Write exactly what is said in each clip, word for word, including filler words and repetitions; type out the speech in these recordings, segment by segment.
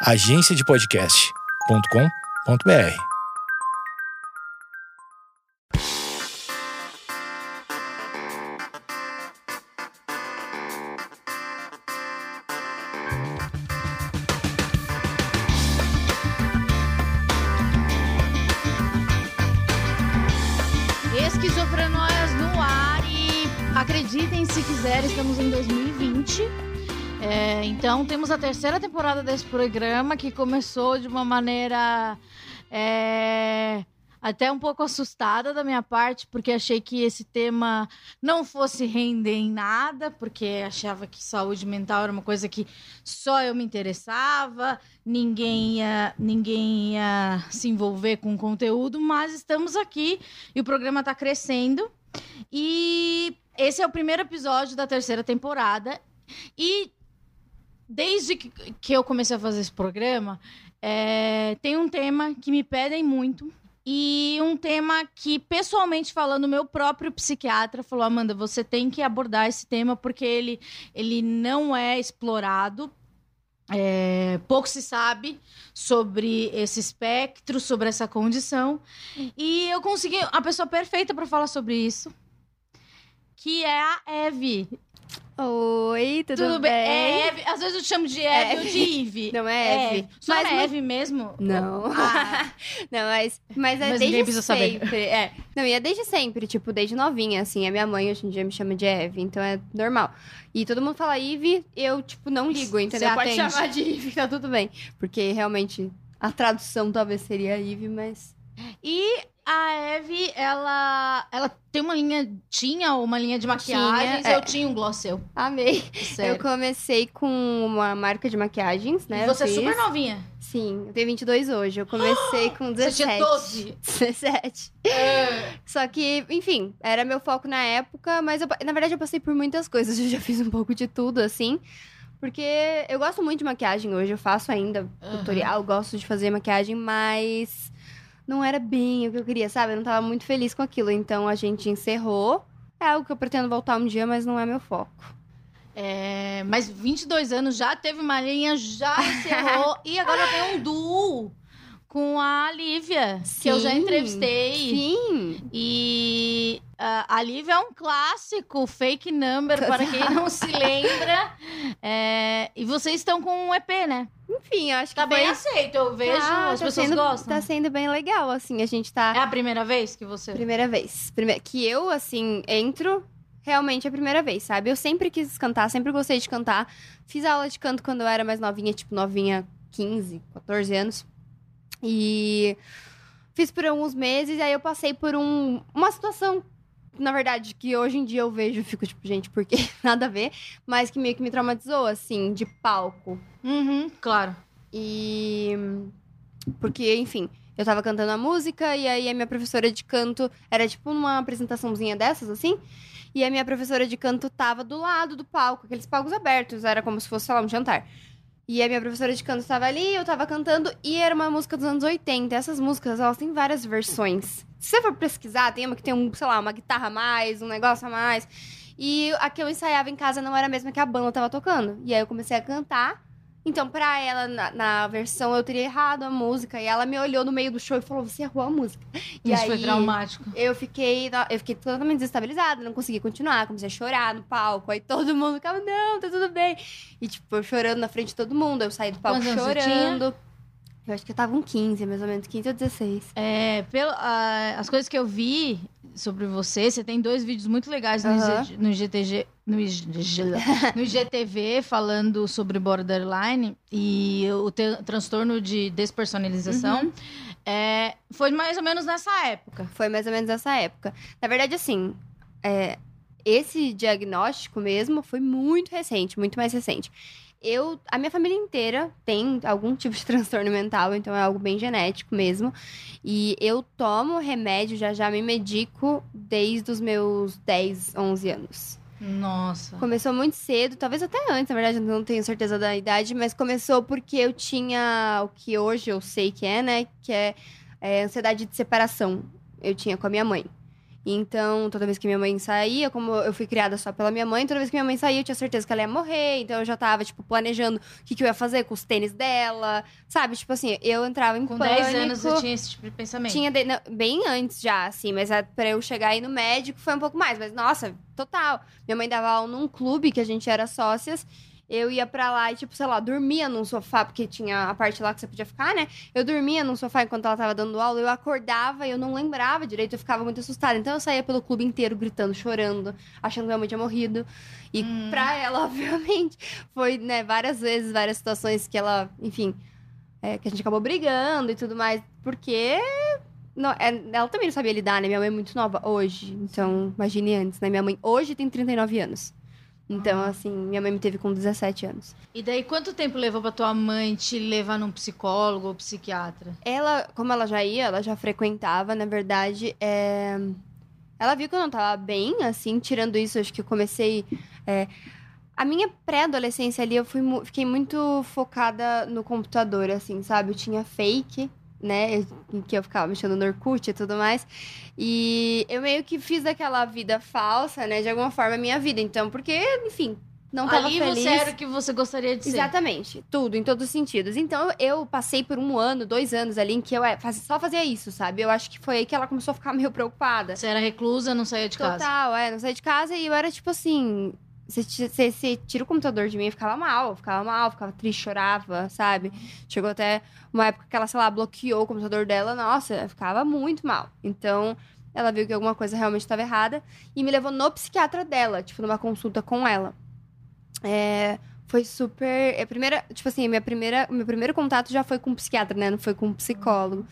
agência de podcast ponto com ponto br. Esquizofrenóias no ar e acreditem se quiserem, estamos em dois mil e vinte. É, então temos a terceira temporada desse programa que começou de uma maneira é, até um pouco assustada da minha parte, porque achei que esse tema não fosse render em nada, porque achava que saúde mental era uma coisa que só eu me interessava, ninguém ia, ninguém ia se envolver com o conteúdo, mas estamos aqui e o programa está crescendo. E esse é o primeiro episódio da terceira temporada e desde que eu comecei a fazer esse programa, é, tem um tema que me pedem muito e um tema que, pessoalmente falando, meu próprio psiquiatra falou: Amanda, você tem que abordar esse tema porque ele, ele não é explorado. É, pouco se sabe sobre esse espectro, sobre essa condição. E eu consegui a pessoa perfeita para falar sobre isso, que é a Eve. Oi, tudo, tudo bem? É Eve. Às vezes eu te chamo de Eve ou de Ive. Não é Eve. É. Só Mas é não... Eve mesmo? Não. Ah. Não, mas, mas é mas desde precisa sempre. Saber. É. Não, e é desde sempre, tipo, desde novinha, assim. A minha mãe hoje em dia me chama de Eve, então é normal. E todo mundo fala Ive, eu, tipo, não ligo, entendeu? Você Pode atende. chamar de Ive, tá tudo bem. Porque, realmente, a tradução talvez seria Ive, mas... E a Eve, ela, ela tem uma linha, tinha uma linha de maquiagens, tinha, eu é. tinha um Glossel. Amei. Sério. Eu comecei com uma marca de maquiagens, né? E você é fiz... super novinha. Sim, eu tenho vinte e dois hoje. Eu comecei com dezessete. Você tinha doze? dezessete. É. Só que, enfim, era meu foco na época, mas eu, na verdade eu passei por muitas coisas. Eu já fiz um pouco de tudo, assim. Porque eu gosto muito de maquiagem hoje, eu faço ainda Uhum. tutorial, gosto de fazer maquiagem, mas não era bem o que eu queria, sabe? Eu não tava muito feliz com aquilo, então a gente encerrou. É algo que eu pretendo voltar um dia, mas não é meu foco. É, mas vinte e dois anos, já teve uma linha, já encerrou. E agora tem um duo com a Lívia, Sim, que eu já entrevistei. Sim. E uh, a Lívia é um clássico, fake number, Total. para quem não se lembra. É, e vocês estão com um E P, né? Enfim, eu acho que Tá bem foi... aceito, eu vejo, Ah, as tá pessoas sendo, gostam. Tá sendo bem legal, assim, a gente tá... É a primeira vez que você... Primeira vez. Prime... Que eu, assim, entro... Realmente é a primeira vez, sabe? Eu sempre quis cantar, sempre gostei de cantar. Fiz aula de canto quando eu era mais novinha, tipo, novinha, quinze, quatorze anos. E fiz por alguns meses, e aí eu passei por um, uma situação, na verdade, que hoje em dia eu vejo e fico tipo, gente, por quê? Nada a ver. Mas que meio que me traumatizou, assim, de palco. Uhum, claro. E... Porque, enfim, eu tava cantando a música, e aí a minha professora de canto... Era tipo uma apresentaçãozinha dessas, assim... E a minha professora de canto tava do lado do palco, aqueles palcos abertos, era como se fosse, sei lá, um jantar. E a minha professora de canto tava ali, eu tava cantando, e era uma música dos anos oitenta. Essas músicas, elas têm várias versões. Se você for pesquisar, tem uma que tem, um, sei lá, uma guitarra a mais, um negócio a mais. E a que eu ensaiava em casa não era a mesma que a banda tava tocando. E aí eu comecei a cantar. Então, pra ela, na, na versão, eu teria errado a música. E ela me olhou no meio do show e falou, você errou a música. E Isso aí, foi traumático. Eu fiquei, eu fiquei totalmente desestabilizada, não consegui continuar. Comecei a chorar no palco. Aí todo mundo ficava, não, tá tudo bem. E, tipo, eu chorando na frente de todo mundo. Eu saí do palco Quantos anos você chorando. Eu acho que eu tava com quinze, mais ou menos. quinze ou dezesseis. É, pelo, uh, as coisas que eu vi sobre você, você tem dois vídeos muito legais no, Uhum. no G T G, no, I G, no I G T V falando sobre borderline e o te, transtorno de despersonalização. Uhum. É, foi mais ou menos nessa época. Foi mais ou menos nessa época. Na verdade, assim, é, esse diagnóstico mesmo foi muito recente, muito mais recente. Eu, a minha família inteira tem algum tipo de transtorno mental, então é algo bem genético mesmo. E eu tomo remédio, já já me medico desde os meus dez, onze anos. Nossa. Começou muito cedo, talvez até antes, na verdade, eu não tenho certeza da idade, mas começou porque eu tinha o que hoje eu sei que é, né? Que é, é ansiedade de separação. Eu tinha com a minha mãe. Então, toda vez que minha mãe saía, como eu fui criada só pela minha mãe, toda vez que minha mãe saía, eu tinha certeza que ela ia morrer. Então, eu já tava, tipo, planejando o que, que eu ia fazer com os tênis dela. Sabe? Tipo assim, eu entrava em Com pânico. dez anos você tinha esse tipo de pensamento? Tinha, de, não, bem antes já, assim. Mas a, pra eu chegar aí no médico foi um pouco mais. Mas, nossa, total. Minha mãe dava aula num clube que a gente era sócias. Eu ia pra lá e, tipo, sei lá, dormia num sofá, porque tinha a parte lá que você podia ficar, né? Eu dormia num sofá enquanto ela tava dando aula, eu acordava e eu não lembrava direito, eu ficava muito assustada. Então eu saía pelo clube inteiro gritando, chorando, achando que minha mãe tinha morrido. E hum. pra ela, obviamente, foi, né, várias vezes, várias situações que ela, enfim, é, que a gente acabou brigando e tudo mais, porque... Não, é, ela também não sabia lidar, né? Minha mãe é muito nova hoje, então imagine antes, né? Minha mãe hoje tem trinta e nove anos. Então, assim, minha mãe me teve com dezessete anos. E daí, quanto tempo levou pra tua mãe te levar num psicólogo ou psiquiatra? Ela, como ela já ia, ela já frequentava, na verdade, é... ela viu que eu não tava bem, assim, tirando isso, acho que eu comecei... É... A minha pré-adolescência ali, eu fui, fiquei muito focada no computador, assim, sabe? Eu tinha fake... né, que eu ficava mexendo no Orkut e tudo mais, e eu meio que fiz daquela vida falsa, né, de alguma forma, a minha vida, então, porque, enfim, não tava Ali feliz. Ali você era o que você gostaria de ser. Exatamente, tudo, em todos os sentidos. Então, eu passei por um ano, dois anos ali, em que eu só fazia isso, sabe? Eu acho que foi aí que ela começou a ficar meio preocupada. Você era reclusa, não saía de Total, casa? Total, é, não saía de casa, e eu era, tipo assim... Você tira o computador de mim, eu ficava mal, eu ficava mal, ficava triste, chorava, sabe? Chegou até uma época que ela, sei lá, bloqueou o computador dela, nossa, eu ficava muito mal. Então, ela viu que alguma coisa realmente estava errada e me levou no psiquiatra dela, tipo, numa consulta com ela. É, foi super... A primeira, tipo assim, minha primeira, meu primeiro contato já foi com um psiquiatra, né? Não foi com um psicólogo.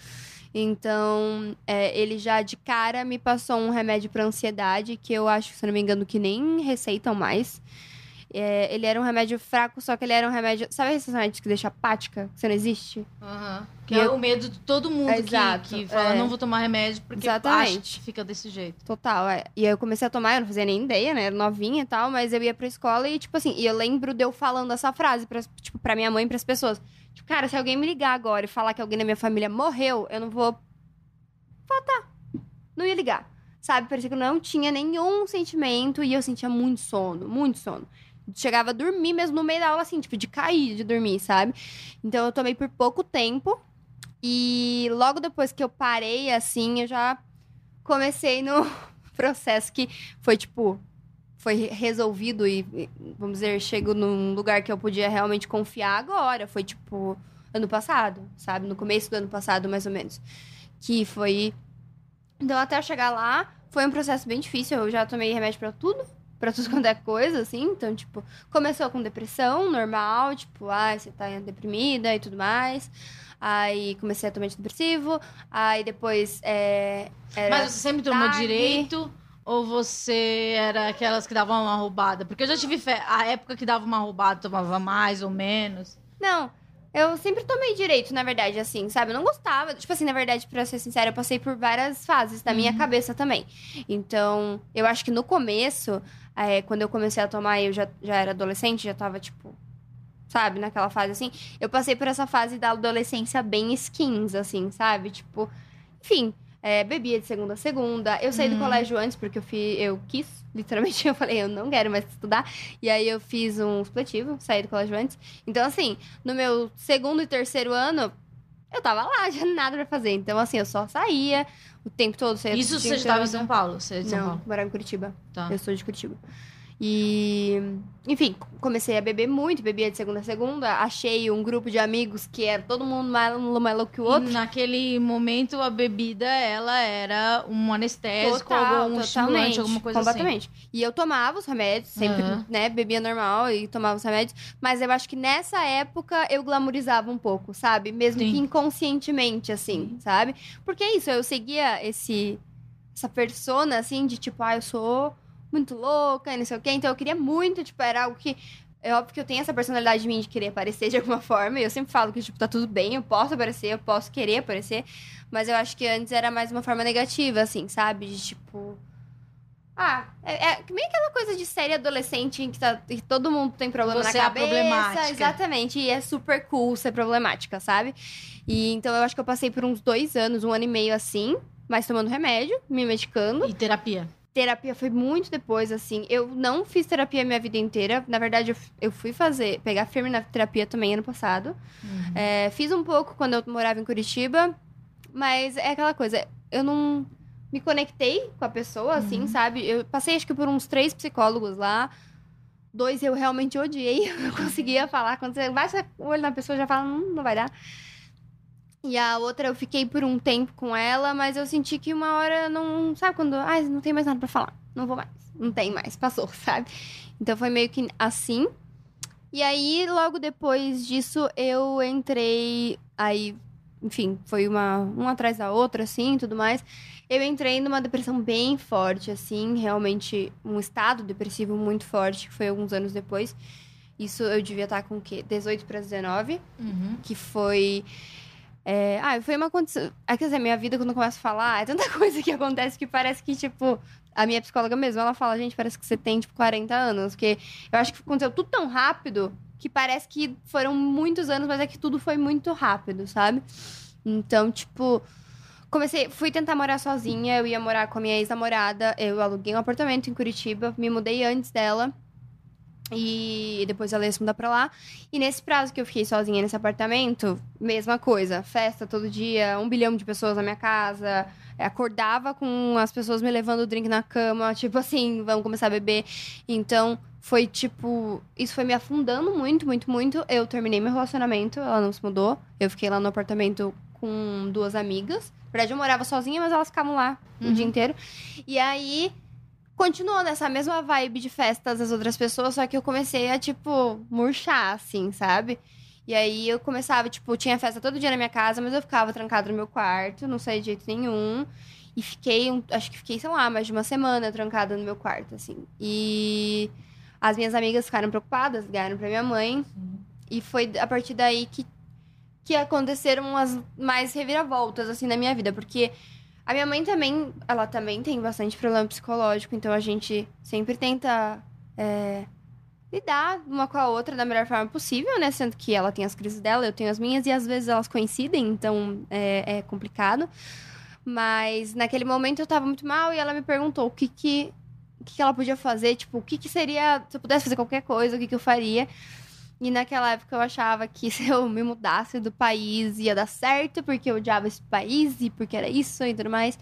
Então, é, ele já de cara me passou um remédio pra ansiedade, que eu acho, se não me engano, que nem receitam mais. É, ele era um remédio fraco, só que ele era um remédio... Sabe esses remédios que deixa apática? Que você não existe? Uhum. Que e é eu... o medo de todo mundo é, que, exato, que fala, é. não vou tomar remédio, porque acha que fica desse jeito. Total, é. E aí eu comecei a tomar, eu não fazia nem ideia, né? Era novinha e tal, mas eu ia pra escola e, tipo assim... E eu lembro de eu falando essa frase, pra, tipo, pra minha mãe e pras pessoas. Tipo, cara, se alguém me ligar agora e falar que alguém da minha família morreu, eu não vou... Falar, tá. Não ia ligar. Sabe? Parecia que eu não tinha nenhum sentimento e eu sentia muito sono, muito sono. Chegava a dormir mesmo no meio da aula, assim, tipo, de cair de dormir, sabe? Então, eu tomei por pouco tempo. E logo depois que eu parei, assim, eu já comecei no processo que foi, tipo... Foi resolvido e, vamos dizer, chego num lugar que eu podia realmente confiar agora. Foi, tipo, ano passado, sabe? No começo do ano passado, mais ou menos. Que foi... Então, até eu chegar lá, foi um processo bem difícil. Eu já tomei remédio pra tudo. Pra tudo quanto é coisa, assim. Então, tipo, começou com depressão normal. Tipo, ah, você tá deprimida e tudo mais. Aí, comecei a tomar antidepressivo. Aí, depois, é... Era Mas você sempre tomou direito... Ou você era aquelas que davam uma roubada? Porque eu já tive fé. A época que dava uma roubada, tomava mais ou menos. Não, eu sempre tomei direito, na verdade, assim, sabe? Eu não gostava. Tipo assim, na verdade, pra ser sincera, eu passei por várias fases na uhum. minha cabeça também. Então, eu acho que no começo, é, quando eu comecei a tomar, eu já, já era adolescente, já tava, tipo... Sabe? Naquela fase, assim. Eu passei por essa fase da adolescência bem skins, assim, sabe? Tipo, enfim... É, bebia de segunda a segunda. Eu saí hum. do colégio antes, porque eu, fiz, eu quis. Literalmente, eu falei, eu não quero mais estudar. E aí, eu fiz um supletivo, saí do colégio antes. Então, assim, no meu segundo e terceiro ano, eu tava lá, já nada pra fazer. Então, assim, eu só saía o tempo todo. Saía Isso você estava em São Paulo? Você é de São não, Paulo? morava em Curitiba. Tá. Eu sou de Curitiba. E, enfim, comecei a beber muito, bebia de segunda a segunda. Achei um grupo de amigos que era todo mundo mais, mais louco que o outro. E naquele momento, a bebida, ela era um anestésico, Total, algum estimulante, alguma coisa completamente. assim. E eu tomava os remédios, sempre, uhum. né, bebia normal e tomava os remédios. Mas eu acho que nessa época, eu glamourizava um pouco, sabe? Mesmo Sim. que inconscientemente, assim, Sim. sabe? Porque é isso, eu seguia esse, essa persona, assim, de tipo, ah, eu sou... muito louca e não sei o quê. Então, eu queria muito, tipo, era algo que... É óbvio que eu tenho essa personalidade de mim de querer aparecer de alguma forma. E eu sempre falo que, tipo, tá tudo bem, eu posso aparecer, eu posso querer aparecer. Mas eu acho que antes era mais uma forma negativa, assim, sabe? De, tipo... Ah, é, é meio aquela coisa de série adolescente em que, tá, que todo mundo tem problema Você na cabeça. É problemática. Exatamente. E é super cool ser problemática, sabe? E então, eu acho que eu passei por uns dois anos, um ano e meio assim... mas tomando remédio, me medicando. E terapia? Terapia foi muito depois, assim. Eu não fiz terapia a minha vida inteira. Na verdade, eu, eu fui fazer, pegar firme na terapia também ano passado. Uhum. É, fiz um pouco quando eu morava em Curitiba. Mas é aquela coisa, eu não me conectei com a pessoa, assim, uhum. sabe? Eu passei, acho que por uns três psicólogos lá. Dois eu realmente odiei. Eu não conseguia falar. Quando você baixa o olho na pessoa, já fala, hum, não vai dar. E a outra, eu fiquei por um tempo com ela, mas eu senti que uma hora não... Sabe quando... Ah, não tem mais nada pra falar. Não vou mais. Não tem mais. Passou, sabe? Então, foi meio que assim. E aí, logo depois disso, eu entrei... Aí, enfim, foi uma, uma atrás da outra, assim, tudo mais. Eu entrei numa depressão bem forte, assim. Realmente, um estado depressivo muito forte, que foi alguns anos depois. Isso eu devia estar com o quê? dezoito para dezenove. Uhum. Que foi... É, ah, foi uma condição... É, quer dizer, minha vida, quando eu começo a falar, é tanta coisa que acontece que parece que, tipo... A minha psicóloga mesmo, ela fala, gente, parece que você tem, tipo, quarenta anos. Porque eu acho que aconteceu tudo tão rápido que parece que foram muitos anos, mas é que tudo foi muito rápido, sabe? Então, tipo... Comecei... Fui tentar morar sozinha, eu ia morar com a minha ex-namorada. Eu aluguei um apartamento em Curitiba, me mudei antes dela. E depois ela ia se mudar pra lá. E nesse prazo que eu fiquei sozinha nesse apartamento, mesma coisa. Festa todo dia, um bilhão de pessoas na minha casa. Acordava com as pessoas me levando o drink na cama. Tipo assim, vamos começar a beber. Então, foi tipo... Isso foi me afundando muito, muito, muito. Eu terminei meu relacionamento, ela não se mudou. Eu fiquei lá no apartamento com duas amigas. Na verdade, eu morava sozinha, mas elas ficavam lá uhum. o dia inteiro. E aí... Continuou nessa mesma vibe de festas das outras pessoas, só que eu comecei a, tipo, murchar, assim, sabe? E aí eu começava, tipo, tinha festa todo dia na minha casa, mas eu ficava trancada no meu quarto, não saía de jeito nenhum. E fiquei, um, acho que fiquei, sei lá, mais de uma semana trancada no meu quarto, assim. E as minhas amigas ficaram preocupadas, ligaram pra minha mãe. Sim. E foi a partir daí que, que aconteceram as mais reviravoltas, assim, na minha vida, porque... A minha mãe também, ela também tem bastante problema psicológico, então a gente sempre tenta é, lidar uma com a outra da melhor forma possível, né? Sendo que ela tem as crises dela, eu tenho as minhas, e às vezes elas coincidem, então é, é complicado. Mas naquele momento eu tava muito mal e ela me perguntou o que que, o que, que ela podia fazer, tipo, o que que seria, se eu pudesse fazer qualquer coisa, o que que eu faria. E naquela época eu achava que se eu me mudasse do país ia dar certo, porque eu odiava esse país e porque era isso e tudo mais.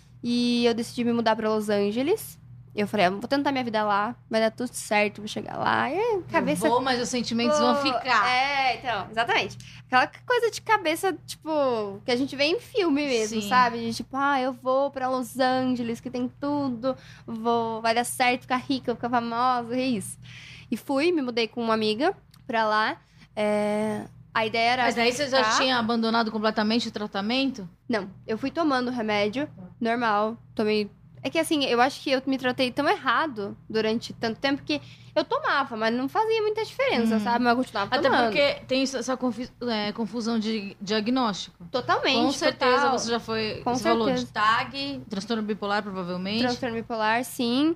E eu decidi me mudar pra Los Angeles. Eu falei, ah, vou tentar minha vida lá, vai dar tudo certo, vou chegar lá. E cabeça... Eu vou, mas os sentimentos Pô, vão ficar. É, então, exatamente. Aquela coisa de cabeça, tipo, que a gente vê em filme mesmo, Sim. sabe? De, tipo, ah, eu vou pra Los Angeles, que tem tudo, vou, vai dar certo, ficar rica, ficar famosa, é isso. E fui, me mudei com uma amiga pra lá. É... A ideia era... Mas daí você já tinha abandonado completamente o tratamento? Não, eu fui tomando remédio, normal, tomei... É que assim, eu acho que eu me tratei tão errado durante tanto tempo que eu tomava, mas não fazia muita diferença, hum. sabe? Mas eu continuava Até tomando. porque tem essa confi- é, confusão de diagnóstico. Totalmente, Com certeza total. você já foi... Com você certeza. falou de T A G, transtorno bipolar, provavelmente. Transtorno bipolar, sim.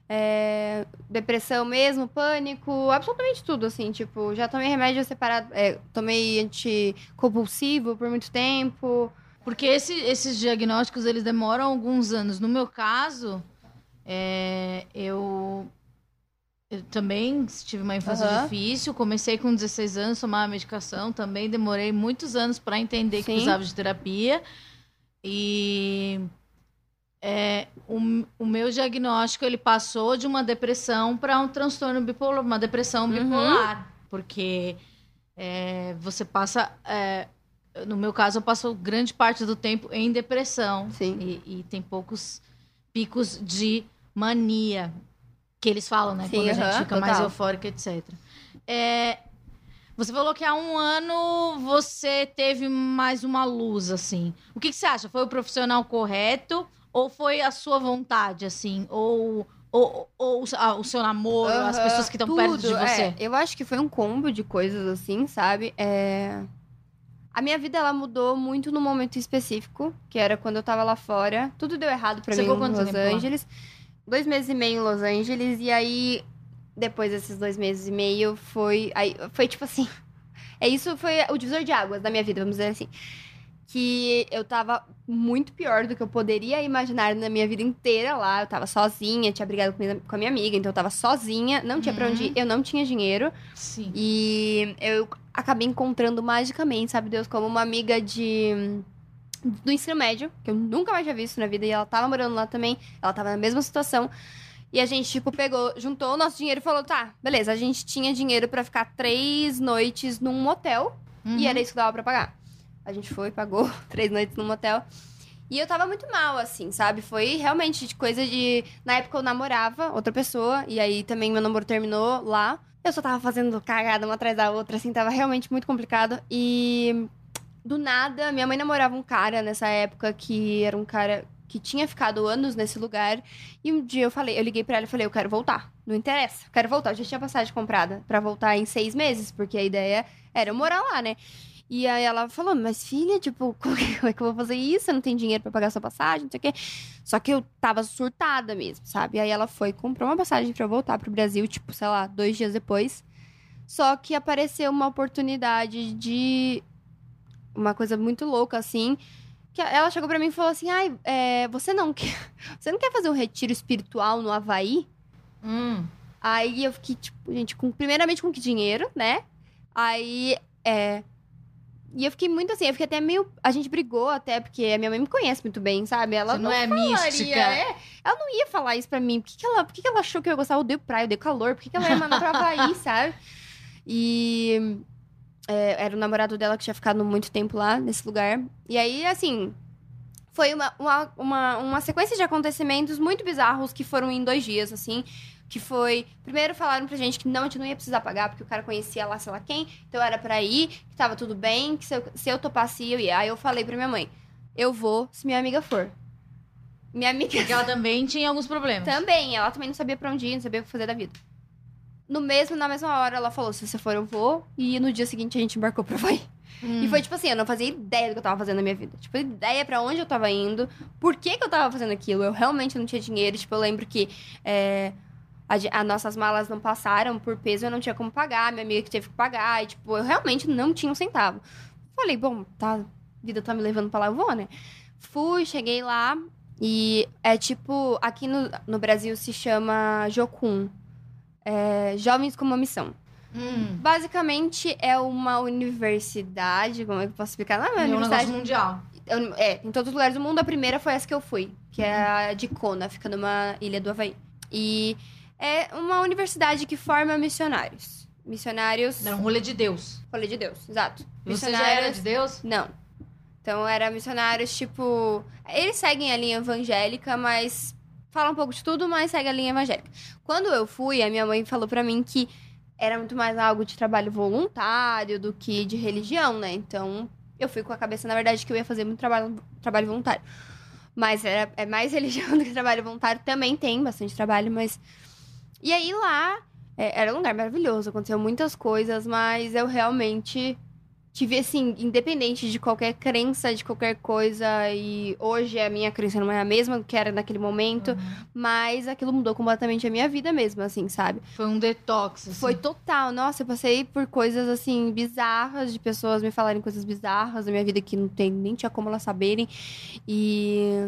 É, depressão mesmo, pânico, absolutamente tudo, assim, tipo, já tomei remédio separado, é, tomei anticonvulsivo por muito tempo. Porque esse, esses diagnósticos, eles demoram alguns anos. No meu caso, é, eu, eu também tive uma infância uhum. difícil, comecei com dezesseis anos a tomar a medicação, também demorei muitos anos para entender Sim. que precisava de terapia. E... É, o, o meu diagnóstico, ele passou de uma depressão para um transtorno bipolar, uma depressão bipolar. Uhum. Porque é, você passa... É, no meu caso, eu passo grande parte do tempo em depressão. Sim. E, e tem poucos picos de mania, que eles falam, né? Sim, quando a uhum, gente fica total. mais eufórica, etcétera. É, você falou que há um ano você teve mais uma luz, assim. O que, que você acha? Foi o profissional correto... Ou foi a sua vontade, assim? Ou, ou, ou a, o seu namoro, uhum, as pessoas que estão perto de você? É, eu acho que foi um combo de coisas, assim, sabe? É... A minha vida, ela mudou muito num momento específico, que era quando eu tava lá fora. Tudo deu errado pra você mim em Los Angeles. Lá? Dois meses e meio em Los Angeles. E aí, depois desses dois meses e meio, foi... Aí, foi tipo assim... É isso, foi o divisor de águas da minha vida, vamos dizer assim. que eu tava muito pior do que eu poderia imaginar na minha vida inteira lá. Eu tava sozinha, tinha brigado com com a minha amiga, então eu tava sozinha, não tinha pra onde ir, eu não tinha dinheiro. Sim. E eu acabei encontrando magicamente, sabe Deus, como uma amiga de... do ensino médio, que eu nunca mais tinha visto na vida, e ela tava morando lá também, ela tava na mesma situação. E a gente, tipo, pegou, juntou o nosso dinheiro e falou, tá, beleza, a gente tinha dinheiro pra ficar três noites num motel, Uhum. e era isso que dava pra pagar. A gente foi, pagou três noites num motel. E eu tava muito mal, assim, sabe? Foi realmente de coisa de... Na época eu namorava outra pessoa, e aí também meu namoro terminou lá. Eu só tava fazendo cagada uma atrás da outra, assim, tava realmente muito complicado. E do nada, minha mãe namorava um cara nessa época que era um cara que tinha ficado anos nesse lugar. E um dia eu falei, eu liguei pra ela e falei, eu quero voltar. Não interessa, eu quero voltar. Eu já tinha passagem comprada pra voltar em seis meses, porque a ideia era eu morar lá, né? E aí ela falou, mas filha, tipo, como é que eu vou fazer isso? Eu não tenho dinheiro pra pagar sua passagem, não sei o quê. Só que eu tava surtada mesmo, sabe? Aí ela foi, comprou uma passagem pra eu voltar pro Brasil, tipo, sei lá, dois dias depois. Só que apareceu uma oportunidade de... Uma coisa muito louca, assim... Que ela chegou pra mim e falou assim, ai, é, você não quer... Você não quer fazer um retiro espiritual no Havaí? Hum. Aí eu fiquei, tipo, gente, com, primeiramente com que dinheiro, né? Aí, é... E eu fiquei muito assim, eu fiquei até meio... A gente brigou até, porque a minha mãe me conhece muito bem, sabe? Ela Você não é falaria, mística. é. Ela não ia falar isso pra mim. Por que, que, ela, por que, que ela achou que eu gostava? Eu odeio praia, eu odeio calor. Por que, que ela ia mandar pra Havaí, sabe? E... É, era o namorado dela que tinha ficado muito tempo lá, nesse lugar. E aí, assim... Foi uma, uma, uma, uma sequência de acontecimentos muito bizarros que foram em dois dias, assim... Que foi... Primeiro falaram pra gente que não, a gente não ia precisar pagar, porque o cara conhecia lá, sei lá quem. Então era pra ir, que tava tudo bem, que se eu, se eu topasse, eu ia. Aí eu falei pra minha mãe, eu vou se minha amiga for. Minha amiga... Porque ela também tinha alguns problemas. Também, ela também não sabia pra onde ir, não sabia o que fazer da vida. No mesmo, na mesma hora, ela falou, se você for, eu vou. E no dia seguinte a gente embarcou pra Havaí. Hum. E foi tipo assim, eu não fazia ideia do que eu tava fazendo na minha vida. Tipo, ideia pra onde eu tava indo, por que que eu tava fazendo aquilo. Eu realmente não tinha dinheiro. Tipo, eu lembro que... É... As nossas malas não passaram por peso, eu não tinha como pagar, minha amiga que teve que pagar, e tipo, eu realmente não tinha um centavo. Falei, bom, tá, a vida tá me levando pra lá, eu vou, né? Fui, cheguei lá, e é tipo, aqui no, no Brasil se chama Jocum, é, Jovens com uma Missão. Hum. Basicamente é uma universidade, como é que eu posso explicar? Não é uma É um universidade... negócio mundial. Eu- É, em todos os lugares do mundo, a primeira foi essa que eu fui, que é a de Kona, fica numa ilha do Havaí. E... É uma universidade que forma missionários. Missionários... Era um rolê de Deus. Rolê de Deus, exato. Você já era de Deus? Não. Então, era missionários, tipo... Eles seguem a linha evangélica, mas... Falam um pouco de tudo, mas seguem a linha evangélica. Quando eu fui, a minha mãe falou pra mim que era muito mais algo de trabalho voluntário do que de religião, né? Então, eu fui com a cabeça, na verdade, que eu ia fazer muito trabalho, trabalho voluntário. Mas era, é mais religião do que trabalho voluntário. Também tem bastante trabalho, mas... E aí lá, é, era um lugar maravilhoso, aconteceu muitas coisas, mas eu realmente tive, assim, independente de qualquer crença, de qualquer coisa, e hoje a minha crença não é a mesma que era naquele momento, Uhum. mas aquilo mudou completamente a minha vida mesmo, assim, sabe? Foi um detox, assim. Foi total, nossa, eu passei por coisas, assim, bizarras, de pessoas me falarem coisas bizarras da minha vida que não tem, nem tinha como elas saberem, e...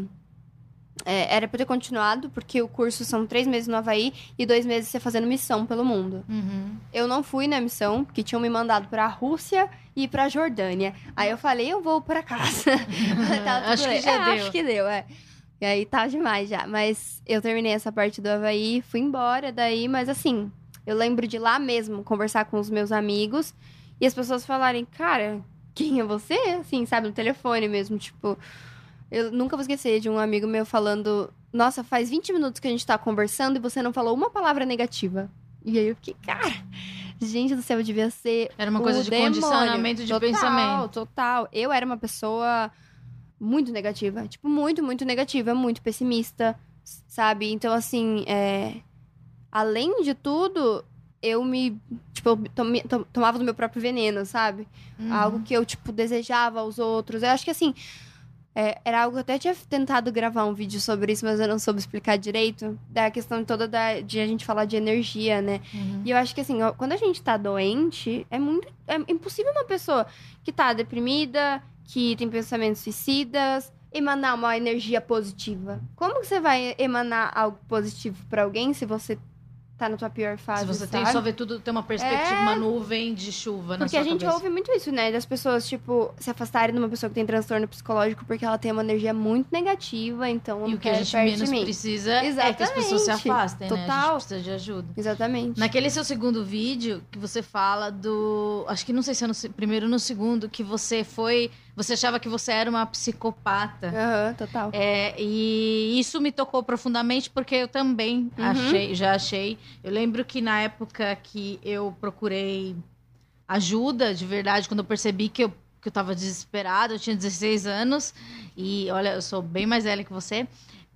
É, era pra eu ter continuado, porque o curso são três meses no Havaí e dois meses você fazendo missão pelo mundo. Uhum. Eu não fui na missão, porque tinham me mandado pra Rússia e pra Jordânia. Aí eu falei, eu vou pra casa. Tava tudo Acho que bem. já É, deu. Acho que deu, é. E aí tá demais já. Mas eu terminei essa parte do Havaí, fui embora daí, mas assim, eu lembro de lá mesmo conversar com os meus amigos e as pessoas falarem, cara, quem é você? Assim, sabe, no telefone mesmo, tipo... Eu nunca vou esquecer de um amigo meu falando, nossa, faz vinte minutos que a gente tá conversando e você não falou uma palavra negativa. E aí eu fiquei, cara, gente do céu, eu devia ser Era uma o coisa de demônio. condicionamento de Total, pensamento. Total, Eu era uma pessoa muito negativa. Tipo, muito, muito negativa. Muito pessimista, sabe? Então, assim, é... além de tudo, eu me... Tipo, eu tom- tom- tomava do meu próprio veneno, sabe? Uhum. Algo que eu, tipo, desejava aos outros. Eu acho que, assim... É, era algo que eu até tinha tentado gravar um vídeo sobre isso, mas eu não soube explicar direito. Da questão toda da, de a gente falar de energia, né? Uhum. E eu acho que, assim, ó, quando a gente tá doente, é muito... É impossível uma pessoa que tá deprimida, que tem pensamentos suicidas, emanar uma energia positiva. Como que você vai emanar algo positivo pra alguém se você tá na tua pior fase, Se você sabe? tem só ver tudo, tem uma perspectiva, É. uma nuvem de chuva na Porque sua a gente cabeça. ouve muito isso, né? Das pessoas, tipo, se afastarem de uma pessoa que tem transtorno psicológico porque ela tem uma energia muito negativa, então não E o que a quer gente perto menos de mim. precisa é que as pessoas se Exatamente. afastem, né? A Total. gente precisa de ajuda. Exatamente. Naquele seu segundo vídeo, que você fala do... Acho que não sei se é no se- primeiro ou no segundo, que você foi... Você achava que você era uma psicopata. Aham, total. É, e isso me tocou profundamente porque eu também Uhum. achei, já achei. Eu lembro que na época que eu procurei ajuda, de verdade, quando eu percebi que eu, que eu tava desesperada, eu tinha dezesseis anos, e olha, eu sou bem mais velha que você,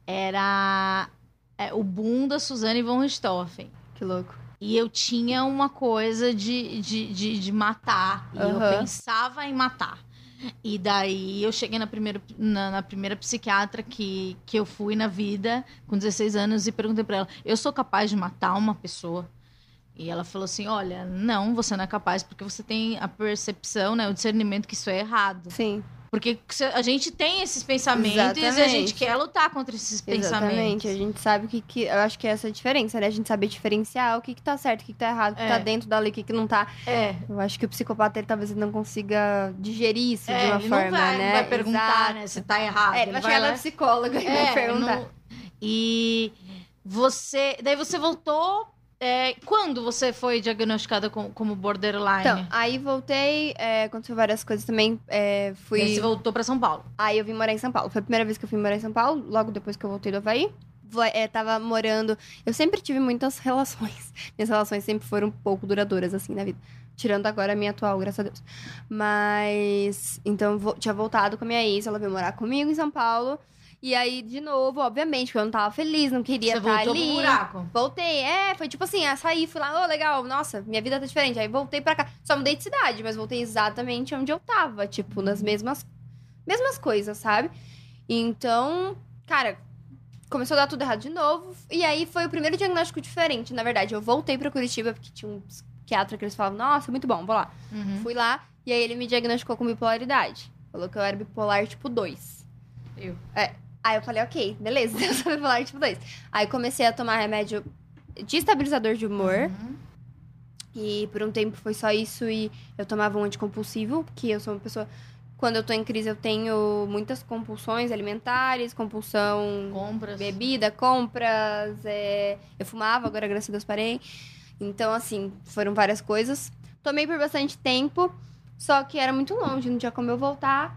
era é, o boom da Suzane von Richthofen. Que louco. E eu tinha uma coisa de, de, de, de matar. E eu Aham. pensava em matar. E daí eu cheguei na primeira, na, na primeira psiquiatra que, que eu fui na vida, com dezesseis anos, e perguntei pra ela: eu sou capaz de matar uma pessoa? E ela falou assim: olha, não, você não é capaz, porque você tem a percepção, né, o discernimento que isso é errado. Sim. Porque se a gente tem esses pensamentos e a Exatamente. gente quer lutar contra esses pensamentos. Exatamente. A gente sabe o que, que... Eu acho que essa é a diferença, né? A gente saber diferenciar o que que tá certo, o que que tá errado, o que É. tá dentro dali, o que que não tá. É. Eu acho que o psicopata, ele talvez ele não consiga digerir isso É, de uma ele forma, não vai, né? não vai perguntar, Exato. né, se tá errado. É, ele vai chegar lá- na psicóloga e vai É, perguntar. não- E você... Daí você voltou... é, quando você foi diagnosticada com- como borderline? Então, aí voltei, é, aconteceu várias coisas também. É, fui... Daí você voltou pra São Paulo. Aí eu vim morar em São Paulo. Foi a primeira vez que eu fui morar em São Paulo, logo depois que eu voltei do Havaí. Vo- É, tava morando... Eu sempre tive muitas relações. Minhas relações sempre foram um pouco duradouras, assim, na vida. Tirando agora a minha atual, graças a Deus. Mas... Então, vo- tinha voltado com a minha ex, ela veio morar comigo em São Paulo. E aí, de novo, obviamente, porque eu não tava feliz, não queria Você estar voltou ali. pro buraco. Voltei, é, foi tipo assim, ah, saí, fui lá, ô, legal, nossa, minha vida tá diferente. Aí voltei pra cá. Só mudei de cidade, mas voltei exatamente onde eu tava, tipo, nas mesmas, mesmas coisas, sabe? Então, cara, começou a dar tudo errado de novo. E aí foi o primeiro diagnóstico diferente, na verdade. Eu voltei pra Curitiba, porque tinha um psiquiatra que eles falavam, nossa, muito bom, vou lá. Uhum. Fui lá, e aí ele me diagnosticou com bipolaridade. Falou que eu era bipolar tipo dois. Eu. Aí eu falei, ok, beleza, eu sou bipolar tipo dois. Aí comecei a tomar remédio de estabilizador de humor. Uhum. E por um tempo foi só isso e eu tomava um anticompulsivo, que eu sou uma pessoa... Quando eu tô em crise, eu tenho muitas compulsões alimentares, compulsão... Compras. Bebida, compras, é... eu fumava, agora graças a Deus parei. Então, assim, foram várias coisas. Tomei por bastante tempo, só que era muito longe, não tinha como eu voltar.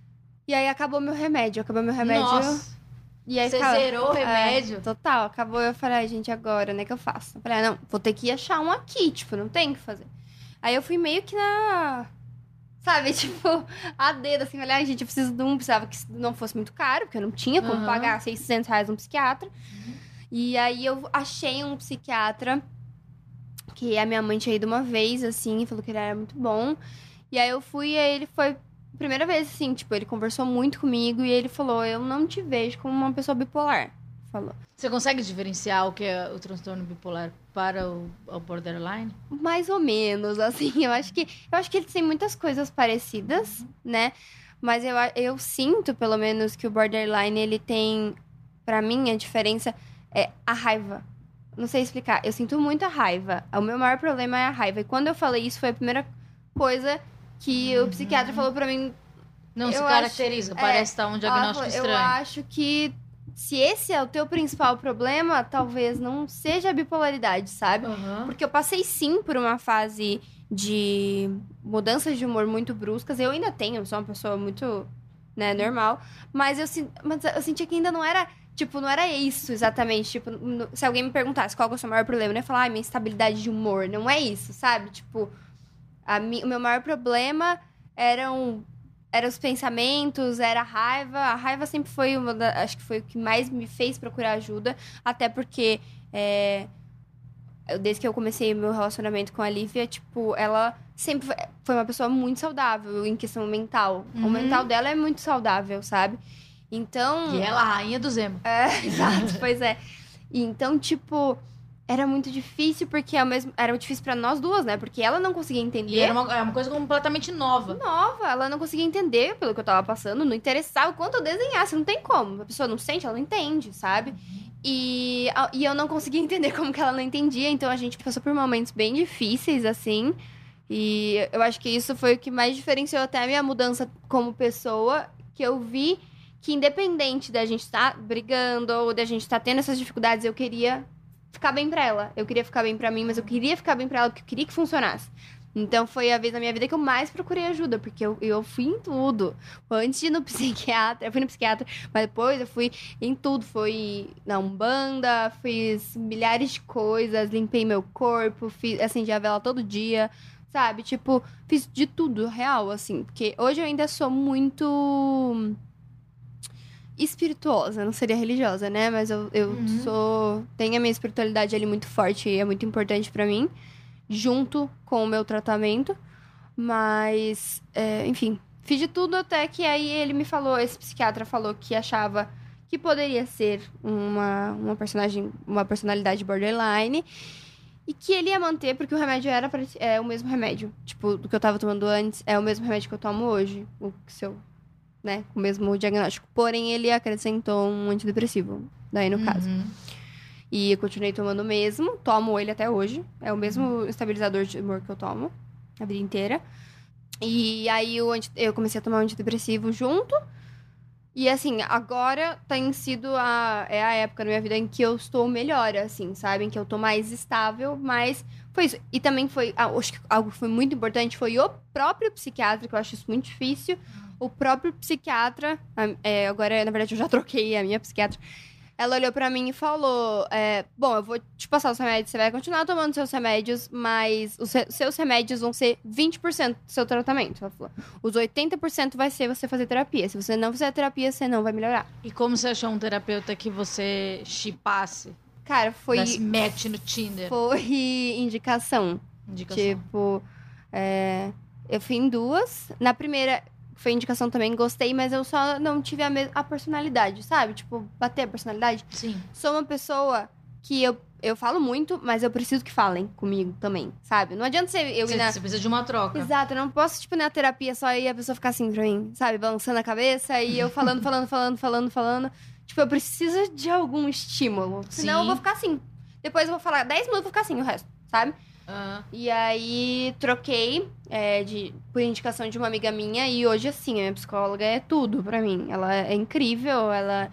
E aí acabou meu remédio, acabou meu remédio. Nossa, E aí você ficava- zerou o É, remédio? total, acabou. Eu falei, ai, gente, agora, né, que eu faço? Eu falei, ah, não, vou ter que achar um aqui, tipo, não tem o que fazer. Aí eu fui meio que na... Sabe, tipo, a dedo, assim, falei, ai, gente, eu preciso de um, precisava que não fosse muito caro, porque eu não tinha como Aham. pagar seiscentos reais um psiquiatra. E aí eu achei um psiquiatra que a minha mãe tinha ido uma vez, assim, e falou que ele era muito bom. E aí eu fui e aí ele foi... Primeira vez, assim, tipo, ele conversou muito comigo e ele falou, eu não te vejo como uma pessoa bipolar. Falou. Você consegue diferenciar o que é o transtorno bipolar para o, o borderline? Mais ou menos, assim, eu acho que eu acho que eles têm muitas coisas parecidas, né? Mas eu, a- eu sinto, pelo menos, que o borderline, ele tem, pra mim, a diferença é a raiva. Não sei explicar, eu sinto muita raiva. O meu maior problema é a raiva. E quando eu falei isso, foi a primeira coisa que o psiquiatra falou pra mim. Não se Eu caracteriza, acho- parece estar um Ela diagnóstico falou, estranho. eu acho que se esse é o teu principal problema, talvez não seja a bipolaridade, sabe? Aham. Porque eu passei sim por uma fase de mudanças de humor muito bruscas. Eu ainda tenho, eu sou uma pessoa muito, né, normal. Mas eu, sen- mas eu sentia que ainda não era, tipo, não era isso exatamente. Tipo, no- se alguém me perguntasse qual que é o seu maior problema, eu ia falar, ah, minha instabilidade de humor. Não é isso, sabe? Tipo, a mi- o meu maior problema eram, eram os pensamentos, era a raiva. A raiva sempre foi uma da, acho que foi o que mais me fez procurar ajuda. Até porque... é, eu- desde que eu comecei meu relacionamento com a Lívia, tipo, ela sempre foi- foi uma pessoa muito saudável em questão mental. O Uhum. mental dela é muito saudável, sabe? Então. E ela, a rainha do Zemo. É, exato, pois é. Então, tipo, era muito difícil, porque ao mesmo... era difícil pra nós duas, né? Porque ela não conseguia entender. E era uma, era uma coisa completamente nova. Nova, ela não conseguia entender pelo que eu tava passando, não interessava o quanto eu desenhasse, não tem como. A pessoa não sente, ela não entende, sabe? E, e eu não conseguia entender como que ela não entendia, então a gente passou por momentos bem difíceis, assim. E eu acho que isso foi o que mais diferenciou até a minha mudança como pessoa, que eu vi que independente da gente estar tá brigando ou da gente estar tá tendo essas dificuldades, eu queria ficar bem pra ela. Eu queria ficar bem pra mim, mas eu queria ficar bem pra ela porque eu queria que funcionasse. Então foi a vez na minha vida que eu mais procurei ajuda, porque eu, eu fui em tudo. Antes de ir no psiquiatra, eu fui no psiquiatra, mas depois eu fui em tudo. Fui na Umbanda, fiz milhares de coisas, limpei meu corpo, fiz, acendi a vela todo dia, sabe? Tipo, fiz de tudo, real, assim. Porque hoje eu ainda sou muito espirituosa, não seria religiosa, né? Mas eu, eu uhum. sou... tenho a minha espiritualidade ali muito forte e é muito importante pra mim, junto com o meu tratamento. Mas, é, enfim, fiz de tudo até que aí ele me falou, esse psiquiatra falou que achava que poderia ser uma, uma personagem, uma personalidade borderline e que ele ia manter, porque o remédio era pra, é, o mesmo remédio, tipo, do que eu tava tomando antes, é o mesmo remédio que eu tomo hoje, o seu... né, com o mesmo diagnóstico. Porém, ele acrescentou um antidepressivo, daí no uhum. caso. E eu continuei tomando o mesmo, tomo ele até hoje. É o mesmo uhum. estabilizador de humor que eu tomo a vida inteira. E aí eu, eu comecei a tomar um antidepressivo junto. E assim, agora tem sido a, é a época na minha vida em que eu estou melhor, assim, sabe? Em que eu tô mais estável, mas foi isso. E também foi, acho que algo que foi muito importante foi o próprio psiquiatra, que eu acho isso muito difícil. O próprio psiquiatra, é, agora, na verdade, eu já troquei a minha psiquiatra. Ela olhou pra mim e falou, é, bom, eu vou te passar os remédios, você vai continuar tomando seus remédios, mas os re- seus remédios vão ser vinte por cento do seu tratamento. Ela falou, os oitenta por cento vai ser você fazer terapia. Se você não fizer terapia, você não vai melhorar. E como você achou um terapeuta que você chipasse? Cara, foi... Desse match no Tinder? Foi indicação. Indicação. Tipo, é, eu fui em duas. Na primeira... Foi indicação também, gostei, mas eu só não tive a, me- a personalidade, sabe? Tipo, bater a personalidade. Sim. Sou uma pessoa que eu, eu falo muito, mas eu preciso que falem comigo também, sabe? Não adianta você, eu você, ir na... Você precisa de uma troca. Exato, eu não posso, tipo, na terapia só ir a pessoa ficar assim pra mim, sabe? Balançando a cabeça e eu falando, falando, falando, falando, falando. Tipo, eu preciso de algum estímulo. Senão Sim. eu vou ficar assim. Depois eu vou falar dez minutos, eu vou ficar assim o resto, sabe? Uhum. E aí, troquei é, de, por indicação de uma amiga minha. E hoje, assim, a minha psicóloga é tudo pra mim. Ela é incrível, ela...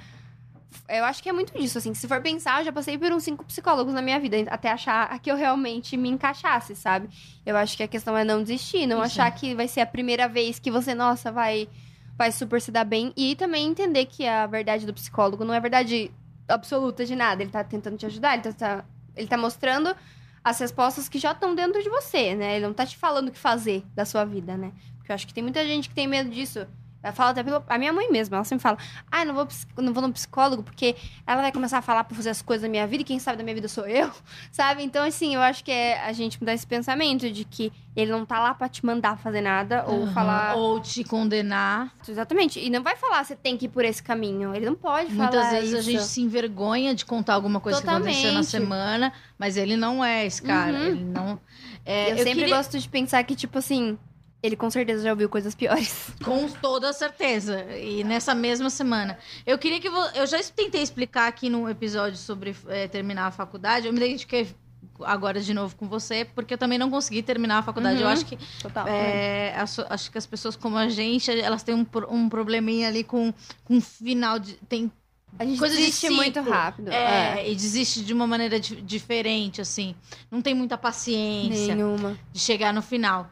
Eu acho que é muito disso, assim. Se for pensar, eu já passei por uns cinco psicólogos na minha vida. Até achar que eu realmente me encaixasse, sabe? Eu acho que a questão é não desistir. Não Isso. achar que vai ser a primeira vez que você, nossa, vai, vai super se dar bem. E também entender que a verdade do psicólogo não é verdade absoluta de nada. Ele tá tentando te ajudar, ele tá, ele tá mostrando... as respostas que já estão dentro de você, né? Ele não tá te falando o que fazer da sua vida, né? Porque eu acho que tem muita gente que tem medo disso. Ela fala até pelo... A minha mãe mesma, ela sempre fala... Ah, eu não vou, não vou no psicólogo porque ela vai começar a falar pra fazer as coisas da minha vida e quem sabe da minha vida sou eu, sabe? Então, assim, eu acho que é a gente mudar esse pensamento de que ele não tá lá pra te mandar fazer nada ou uhum. falar... Ou te condenar. Exatamente. E não vai falar, você tem que ir por esse caminho. Ele não pode falar Muitas vezes isso. a gente se envergonha de contar alguma coisa Totalmente. que aconteceu na semana, mas ele não é esse cara. Uhum. Ele não... É, eu, eu sempre queria... gosto de pensar que, tipo assim... Ele com certeza já ouviu coisas piores. Com toda certeza. E nessa mesma semana. Eu queria que... Vo... Eu já tentei explicar aqui num episódio sobre é, terminar a faculdade. Eu me identifiquei agora de novo com você, porque eu também não consegui terminar a faculdade. Uhum. Eu acho que... Total. É, acho que as pessoas como a gente, elas têm um, um probleminha ali com, com final de... Tem A gente coisa desiste de muito rápido. É, é, e desiste de uma maneira di- diferente, assim. Não tem muita paciência Nenhuma. de chegar no final.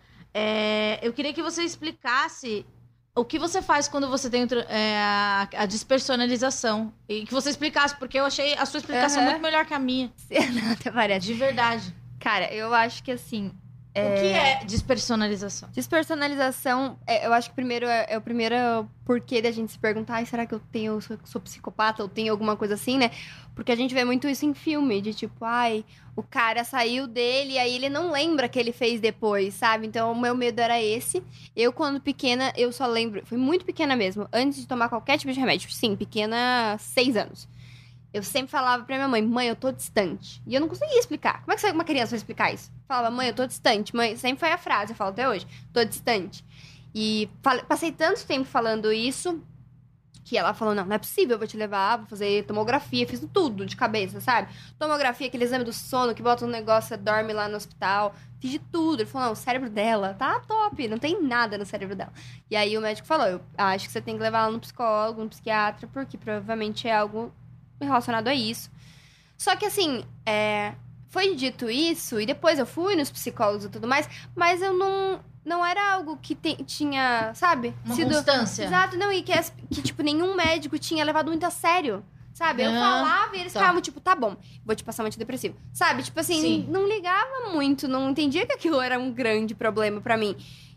É, eu queria que você explicasse o que você faz quando você tem é, a, a despersonalização. E que você explicasse, porque eu achei a sua explicação uhum. muito melhor que a minha. Até parece. De verdade. Cara, eu acho que assim... É... O que é despersonalização? Despersonalização, é, eu acho que primeiro é, é o primeiro porquê da gente se perguntar, ai, será que eu tenho, sou, sou psicopata ou tenho alguma coisa assim, né? Porque a gente vê muito isso em filme, de tipo, ai, o cara saiu dele e aí ele não lembra que ele fez depois, sabe? Então o meu medo era esse. Eu, quando pequena, eu só lembro, fui muito pequena mesmo, antes de tomar qualquer tipo de remédio. Sim, pequena, seis anos. Eu sempre falava pra minha mãe, mãe, eu tô distante. E eu não conseguia explicar. Como é que uma criança vai explicar isso? Falava, mãe, eu tô distante. Mãe, sempre foi a frase, eu falo até hoje, tô distante. E falei, passei tanto tempo falando isso, que ela falou, não, não é possível, eu vou te levar, vou fazer tomografia, fiz tudo de cabeça, sabe? Tomografia, aquele exame do sono, que bota um negócio, você dorme lá no hospital. Fiz de tudo. Ele falou, não, o cérebro dela tá top, não tem nada no cérebro dela. E aí o médico falou, eu acho que você tem que levar ela no psicólogo, no psiquiatra, porque provavelmente é algo relacionado a isso. Só que assim, é, foi dito isso, e depois eu fui nos psicólogos e tudo mais, mas eu não, não era algo que te, tinha, sabe? Uma sido constância. Exato, não, e que, que, tipo, nenhum médico tinha levado muito a sério. Sabe? Eu Ah, falava e eles tá. ficavam, tipo, tá bom, vou te passar um antidepressivo. Sabe? Tipo assim, Sim. não ligava muito, não entendia que aquilo era um grande problema pra mim.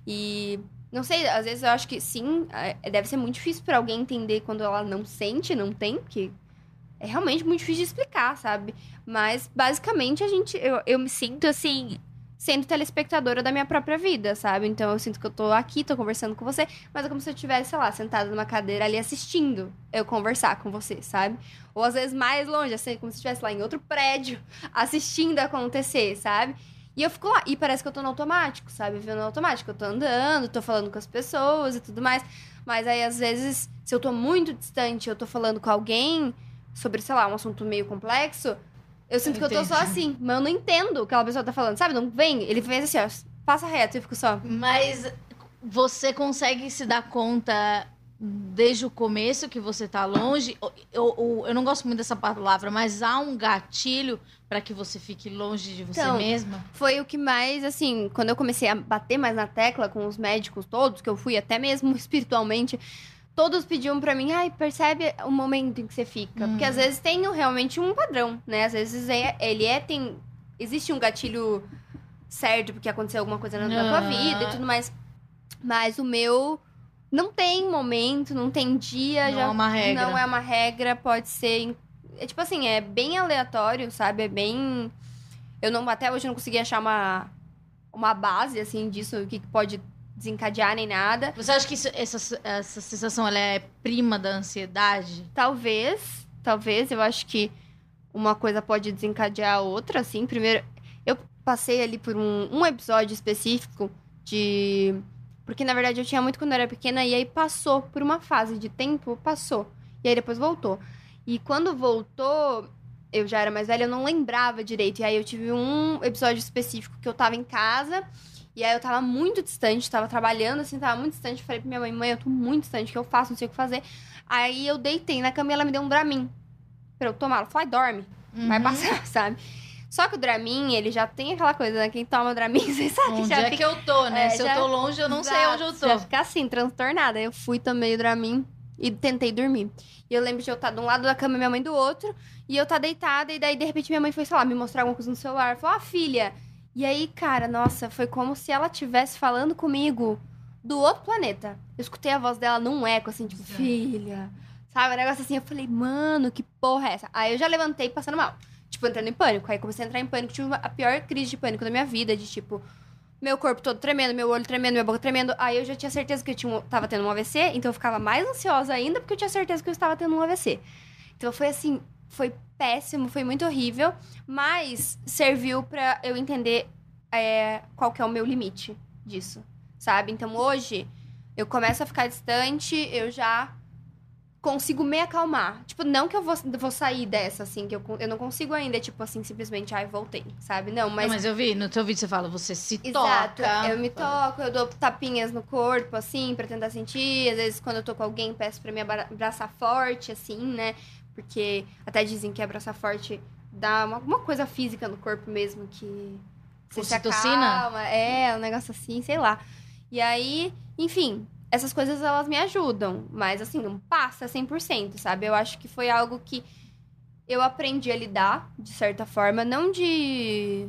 E não sei, às vezes eu acho que sim, é, deve ser muito difícil pra alguém entender quando ela não sente, não tem, porque é realmente muito difícil de explicar, sabe? Mas basicamente a gente, eu, eu me sinto assim, sendo telespectadora da minha própria vida, sabe? Então eu sinto que eu tô aqui, tô conversando com você, mas é como se eu estivesse, sei lá, sentada numa cadeira ali assistindo eu conversar com você, sabe? Ou às vezes mais longe, assim, como se estivesse lá em outro prédio, assistindo acontecer, sabe? E eu fico lá, e parece que eu tô no automático, sabe? Vivendo no automático, eu tô andando, tô falando com as pessoas e tudo mais, mas aí às vezes, se eu tô muito distante, eu tô falando com alguém sobre, sei lá, um assunto meio complexo, eu sinto Eu que eu tô só entendi. assim, mas eu não entendo o que aquela pessoa tá falando, sabe? Não vem, ele fez assim, ó, passa reto, eu fico só... Mas você consegue se dar conta desde o começo que você tá longe? Eu, eu, eu não gosto muito dessa palavra, mas há um gatilho para que você fique longe de você Então, mesma? Foi o que mais, assim, quando eu comecei a bater mais na tecla com os médicos todos, que eu fui até mesmo espiritualmente, todos pediam pra mim, ai, percebe o momento em que você fica. Hum. Porque às vezes tem realmente um padrão, né? Às vezes é, ele é, tem... Existe um gatilho certo, porque aconteceu alguma coisa na, na tua Ah. vida e tudo mais. Mas o meu não tem momento, não tem dia. Não já é uma regra. Não é uma regra, pode ser... em- É tipo assim, é bem aleatório, sabe? É bem... Eu não, até hoje não consegui achar uma, uma base, assim, disso, o que que pode desencadear nem nada. Você acha que isso- essa, essa sensação ela é prima da ansiedade? Talvez, talvez, eu acho que uma coisa pode desencadear a outra, assim. Primeiro, eu passei ali por um, um episódio específico de... Porque, na verdade, eu tinha muito quando eu era pequena, e aí passou por uma fase de tempo, passou. E aí depois voltou. E quando voltou, eu já era mais velha, eu não lembrava direito. E aí eu tive um episódio específico que eu tava em casa... E aí eu tava muito distante, tava trabalhando, assim, tava muito distante. Falei pra minha mãe, mãe, eu tô muito distante, o que eu faço? Não sei o que fazer. Aí eu deitei na cama e ela me deu um Dramin pra eu tomar. Ela falou, ai, dorme, vai Uhum. passar, sabe? Só que o Dramin, ele já tem aquela coisa, né? Quem toma o Dramin, você sabe que Onde já é fica... que eu tô, né? É, Se já- eu tô longe, eu não sei Exato, onde eu Já tô. fica assim, transtornada. Aí eu fui, tomei o Dramin e tentei dormir. E eu lembro de eu estar de um lado da cama e minha mãe do outro. E eu estar deitada, e daí, de repente, minha mãe foi, sei lá, me mostrar alguma coisa no celular. Falou, ah, filha... E aí, cara, nossa, foi como se ela estivesse falando comigo do outro planeta. Eu escutei a voz dela num eco, assim, tipo, Certo. filha. Sabe, um negócio assim. Eu falei, mano, que porra é essa? Aí eu já levantei passando mal. Tipo, entrando em pânico. Aí comecei a entrar em pânico. Tive a pior crise de pânico da minha vida. De, tipo, meu corpo todo tremendo, meu olho tremendo, minha boca tremendo. Aí eu já tinha certeza que eu tinha, um- tava tendo um A V C. Então eu ficava mais ansiosa ainda, porque eu tinha certeza que eu estava tendo um A V C. Então foi assim, foi péssimo, foi muito horrível. Mas serviu pra eu entender... É, qual que é o meu limite disso, sabe? Então, hoje, eu começo a ficar distante, eu já consigo me acalmar. Tipo, não que eu vou, vou sair dessa, assim, que eu, eu não consigo ainda, tipo assim, simplesmente, ai, voltei, sabe? Não, mas... Não, mas eu vi, no teu vídeo você fala, você se Exato, toca. eu me toco, eu dou tapinhas no corpo, assim, pra tentar sentir. Às vezes, quando eu tô com alguém, peço pra me abra- abraçar forte, assim, né? Porque até dizem que abraçar forte dá uma, uma coisa física no corpo mesmo, que... Você se Ocitocina? acalma, é, um negócio assim, sei lá. E aí, enfim, essas coisas elas me ajudam, mas assim, não passa cem por cento, sabe? Eu acho que foi algo que eu aprendi a lidar, de certa forma, não de...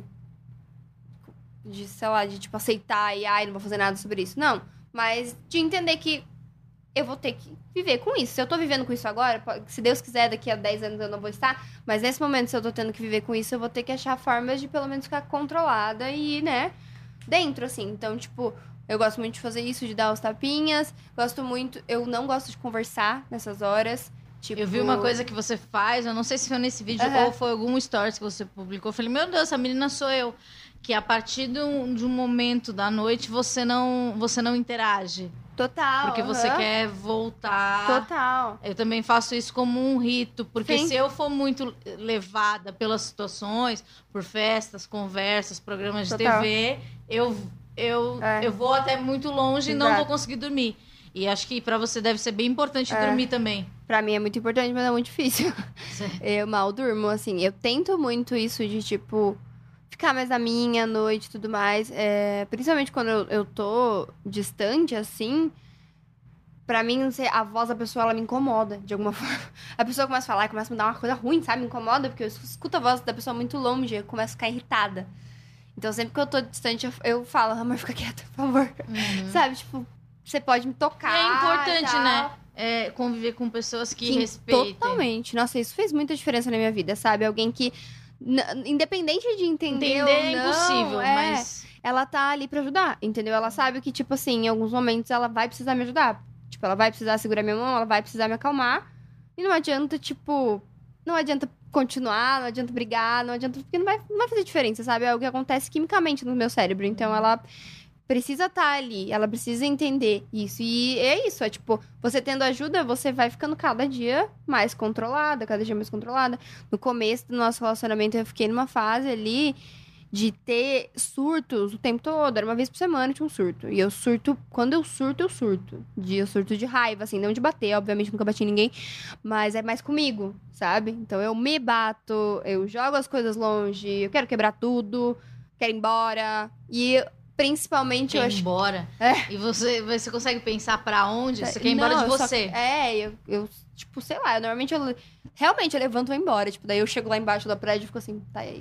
de, sei lá, de tipo aceitar e ai, não vou fazer nada sobre isso, não. Mas de entender que eu vou ter que viver com isso. Se eu tô vivendo com isso agora, pode- se Deus quiser, daqui a dez anos eu não vou estar. Mas nesse momento, se eu tô tendo que viver com isso, eu vou ter que achar formas de pelo menos ficar controlada e, né, dentro, assim. Então, tipo, eu gosto muito de fazer isso, de dar os tapinhas. Gosto muito... Eu não gosto de conversar nessas horas. Tipo... Eu vi uma coisa que você faz, eu não sei se foi nesse vídeo Uhum. ou foi algum stories que você publicou. Eu falei, meu Deus, essa menina sou eu. Que a partir de um, de um momento da noite, você não, você não interage. Total. Porque você aham. quer voltar. Total. Eu também faço isso como um rito, porque Sim. se eu for muito levada pelas situações, por festas, conversas, programas de Total. T V, eu, eu, É. eu vou até muito longe e não Exato. vou conseguir dormir. E acho que pra você deve ser bem importante É. dormir também. Pra mim é muito importante, mas é muito difícil. Eu mal durmo, assim. Eu tento muito isso de, tipo, ficar mais na minha à noite e tudo mais. É, principalmente quando eu, eu tô distante, assim. Pra mim, não sei, a voz da pessoa, ela me incomoda, de alguma forma. A pessoa começa a falar e começa a me dar uma coisa ruim, sabe? Me incomoda, porque eu escuto a voz da pessoa muito longe, eu começo a ficar irritada. Então, sempre que eu tô distante, eu, eu falo, amor, fica quieta, por favor. Uhum. Sabe? Tipo, você pode me tocar. É importante, e tal. né? É, conviver com pessoas que Sim, respeitem. Totalmente. Nossa, isso fez muita diferença na minha vida, sabe? Alguém que, n- independente de entender, Entender ou é não, impossível, é, mas... ela tá ali pra ajudar, entendeu? Ela sabe que, tipo assim, em alguns momentos ela vai precisar me ajudar. Tipo, ela vai precisar segurar minha mão, ela vai precisar me acalmar. E não adianta, tipo... Não adianta continuar, não adianta brigar, não adianta... Porque não vai, não vai fazer diferença, sabe? É o que acontece quimicamente no meu cérebro. Então, ela precisa estar ali, ela precisa entender isso. E é isso, é tipo... Você tendo ajuda, você vai ficando cada dia mais controlada, cada dia mais controlada. No começo do nosso relacionamento, eu fiquei numa fase ali... de ter surtos o tempo todo. Era uma vez por semana tinha um surto. E eu surto... Quando eu surto, eu surto. De, eu surto de raiva, assim. Não de bater, obviamente. Nunca bati em ninguém. Mas é mais comigo, sabe? Então eu me bato. Eu jogo as coisas longe. Eu quero quebrar tudo. Quero ir embora. E principalmente Quer eu ir acho... embora. É. E você, você consegue pensar pra onde? Você quer ir embora Não, de eu só- você. É, eu, eu... Tipo, sei lá. Eu, normalmente eu... Realmente eu levanto e vou embora. Tipo, daí eu chego lá embaixo do prédio e fico assim... Tá aí.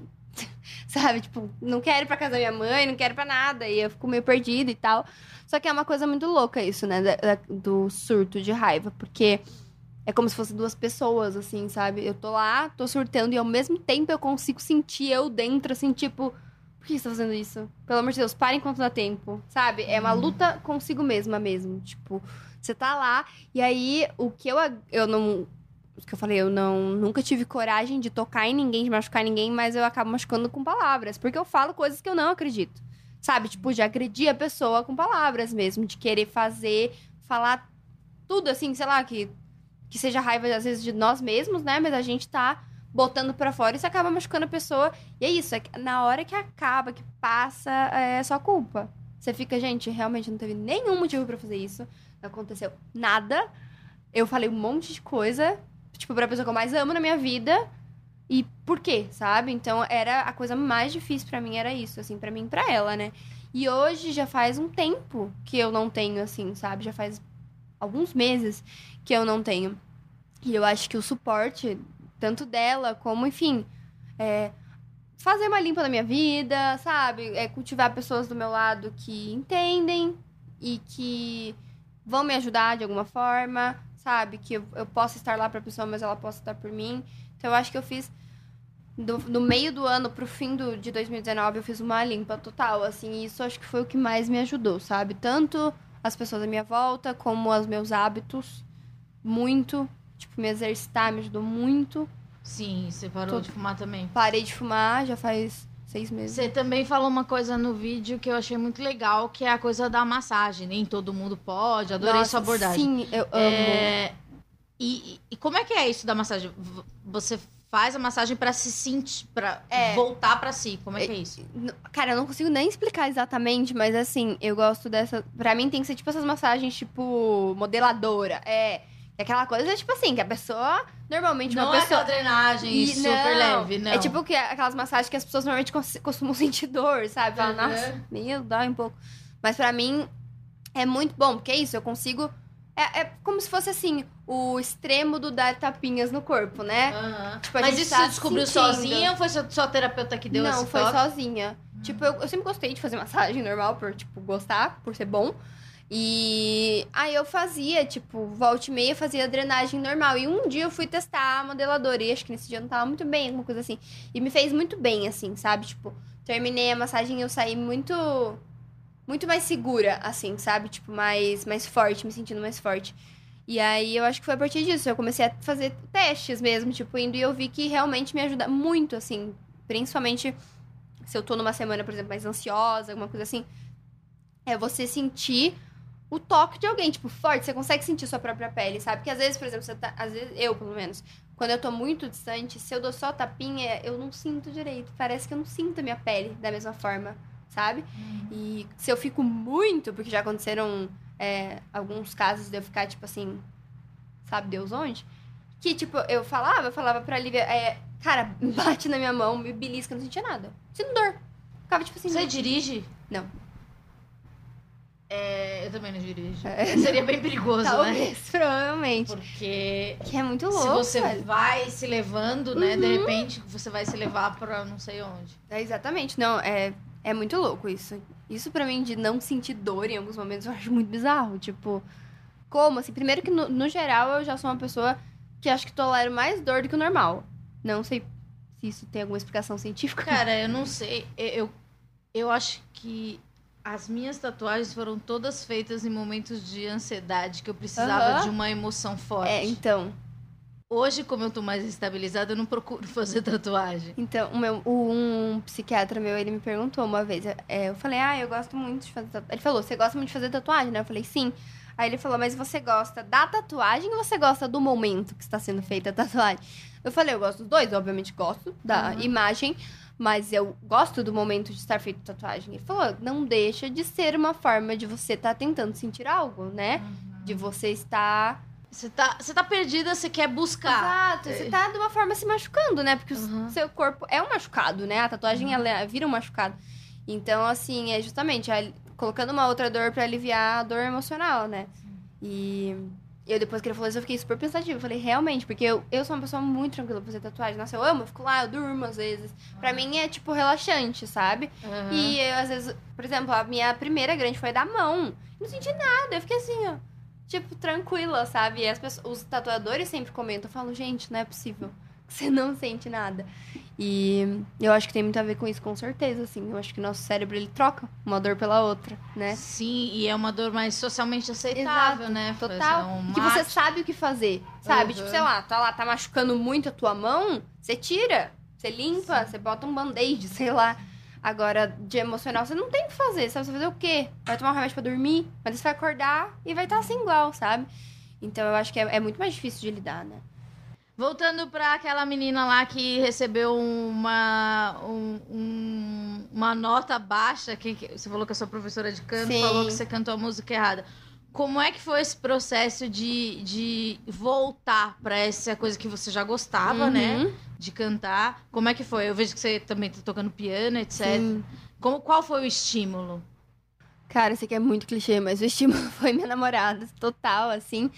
Sabe? Tipo, não quero ir pra casa da minha mãe, não quero ir pra nada. E eu fico meio perdida e tal. Só que é uma coisa muito louca isso, né? da- da- do surto de raiva. Porque é como se fosse duas pessoas, assim, sabe? Eu tô lá, tô surtando e ao mesmo tempo eu consigo sentir eu dentro, assim, tipo... Por que você tá fazendo isso? Pelo amor de Deus, para enquanto dá tempo, sabe? É uma luta consigo mesma mesmo. Tipo, você tá lá e aí o que eu... Eu não... O que eu falei, eu não, nunca tive coragem de tocar em ninguém, de machucar ninguém, mas eu acabo machucando com palavras. Porque eu falo coisas que eu não acredito. Sabe? Tipo, de agredir a pessoa com palavras mesmo. De querer fazer, falar tudo assim, sei lá, que, que seja raiva às vezes de nós mesmos, né? Mas a gente tá botando pra fora e isso acaba machucando a pessoa. E é isso, é que na hora que acaba, que passa, é só culpa. Você fica, gente, realmente não teve nenhum motivo pra fazer isso. Não aconteceu nada. Eu falei um monte de coisa... Tipo, pra pessoa que eu mais amo na minha vida. E por quê, sabe? Então, era a coisa mais difícil pra mim, era isso, assim, pra mim e pra ela, né? E hoje já faz um tempo que eu não tenho, assim, sabe? Já faz alguns meses que eu não tenho. E eu acho que o suporte, tanto dela como, enfim, é, fazer uma limpa na minha vida, sabe? É cultivar pessoas do meu lado que entendem e que vão me ajudar de alguma forma, sabe? Que eu, eu possa estar lá pra pessoa, mas ela possa estar por mim. Então, eu acho que eu fiz... Do, do meio do ano pro fim do, de dois mil e dezenove, eu fiz uma limpa total, assim. E isso acho que foi o que mais me ajudou, sabe? Tanto as pessoas à minha volta, como os meus hábitos. Muito. Tipo, me exercitar me ajudou muito. Sim, você parou Tô- de fumar também. Parei de fumar já faz seis meses. Você também falou uma coisa no vídeo que eu achei muito legal, que é a coisa da massagem. Nem todo mundo pode. Adorei Nossa, sua abordagem. Sim, eu amo. É, E, e como é que é isso da massagem? V- Você faz a massagem pra se sentir, pra É. voltar pra si. Como é que é isso? N- Cara, eu não consigo nem explicar exatamente, mas assim, eu gosto dessa. Pra mim tem que ser tipo essas massagens, tipo, modeladora. É. É aquela coisa, tipo assim, que a pessoa. Normalmente Não uma é pessoa. aquela drenagem E super não, leve, não. É tipo que aquelas massagens que as pessoas normalmente cons- costumam sentir dor, sabe? Fala, Uhum. nossa, meu, dói um pouco. Mas pra mim é muito bom, porque é isso, eu consigo. É, é como se fosse assim, o extremo do dar tapinhas no corpo, né? Aham. Tipo, a Mas gente isso tá você descobriu sentindo. sozinha ou foi sua, sua terapeuta que deu Não, esse foi toque? sozinha. Tipo, eu, eu sempre gostei de fazer massagem normal, por, tipo, gostar, por ser bom. E aí eu fazia, tipo, volta e meia, fazia drenagem normal. E um dia eu fui testar a modeladora. E acho que nesse dia eu não tava muito bem, alguma coisa assim. E me fez muito bem, assim, sabe? Tipo, terminei a massagem e eu saí muito... Muito mais segura, assim, sabe? Tipo, mais, mais forte, me sentindo mais forte. E aí, eu acho que foi a partir disso. Eu comecei a fazer testes mesmo, tipo, indo. E eu vi que realmente me ajuda muito, assim. Principalmente se eu tô numa semana, por exemplo, mais ansiosa, alguma coisa assim. É você sentir o toque de alguém, tipo, forte. Você consegue sentir sua própria pele, sabe? Porque às vezes, por exemplo, você tá... Às vezes, eu, pelo menos, quando eu tô muito distante, se eu dou só tapinha, eu não sinto direito. Parece que eu não sinto a minha pele da mesma forma, sabe? Uhum. E se eu fico muito, porque já aconteceram... É, alguns casos de eu ficar, tipo assim, sabe Deus onde? Que, tipo, eu falava, eu falava pra Lívia, é, cara, bate na minha mão, me belisca, não sentia nada. Sinto dor. Ficava, tipo assim... Você não... dirige? Não. É, eu também não dirijo. É, seria bem perigoso, talvez, né? Provavelmente. Porque... Que é muito louco, se você velho. Vai se levando, né, uhum. de repente, você vai se levar pra não sei onde. É, exatamente. Não, é, é muito louco isso. Isso pra mim, de não sentir dor em alguns momentos, eu acho muito bizarro. Tipo, como assim? Primeiro que, no, no geral, eu já sou uma pessoa que acho que tolero mais dor do que o normal. Não sei se isso tem alguma explicação científica. Cara, eu não sei. Eu, eu acho que as minhas tatuagens foram todas feitas em momentos de ansiedade, que eu precisava uhum. de uma emoção forte. É, então... Hoje, como eu tô mais estabilizada, eu não procuro fazer tatuagem. Então, o meu, um psiquiatra meu, ele me perguntou uma vez. É, eu falei, ah, eu gosto muito de fazer tatuagem. Ele falou, você gosta muito de fazer tatuagem, né? Eu falei, sim. Aí ele falou, mas você gosta da tatuagem ou você gosta do momento que está sendo feita a tatuagem? Eu falei, eu gosto dos dois, obviamente gosto da uhum. imagem, mas eu gosto do momento de estar feita a tatuagem. Ele falou, não deixa de ser uma forma de você estar tá tentando sentir algo, né? Uhum. De você estar... Você tá, você tá perdida, você quer buscar. Exato, você tá de uma forma se machucando, né? Porque uhum. o seu corpo é um machucado, né? A tatuagem, uhum. ela vira um machucado. Então, assim, é justamente a, colocando uma outra dor pra aliviar a dor emocional, né? Sim. E eu, depois que ele falou isso, eu fiquei super pensativa. Eu falei, realmente, porque eu, eu sou uma pessoa muito tranquila pra fazer tatuagem. Nossa, eu amo, eu fico lá, eu durmo às vezes. Uhum. Pra mim é, tipo, relaxante, sabe? Uhum. E eu, às vezes, por exemplo, a minha primeira grande foi da mão. Não senti nada, eu fiquei assim, ó. Tipo, tranquila, sabe? E as pessoas, os tatuadores sempre comentam. Eu falo, gente, não é possível que você não sente nada. E eu acho que tem muito a ver com isso, com certeza, assim. Eu acho que o nosso cérebro, ele troca uma dor pela outra, né? Sim, e é uma dor mais socialmente aceitável, exato, né? Total. Um que você sabe o que fazer, sabe? Uhum. Tipo, sei lá, tá lá, tá machucando muito a tua mão, você tira, você limpa, sim. Você bota um band-aid, sei lá. Agora, de emocional, você não tem o que fazer. Você vai fazer o quê? Vai tomar um remédio pra dormir? Mas você vai acordar e vai estar assim igual, sabe? Então, eu acho que é, é muito mais difícil de lidar, né? Voltando pra aquela menina lá que recebeu uma, um, um, uma nota baixa, que, que você falou que a sua professora de canto Sim. falou que você cantou a música errada. Como é que foi esse processo de, de voltar pra essa coisa que você já gostava, uhum. né? De cantar. Como é que foi? Eu vejo que você também tá tocando piano, etcétera. Sim. Como, qual foi o estímulo? Cara, isso aqui é muito clichê, mas o estímulo foi minha namorada, total, assim.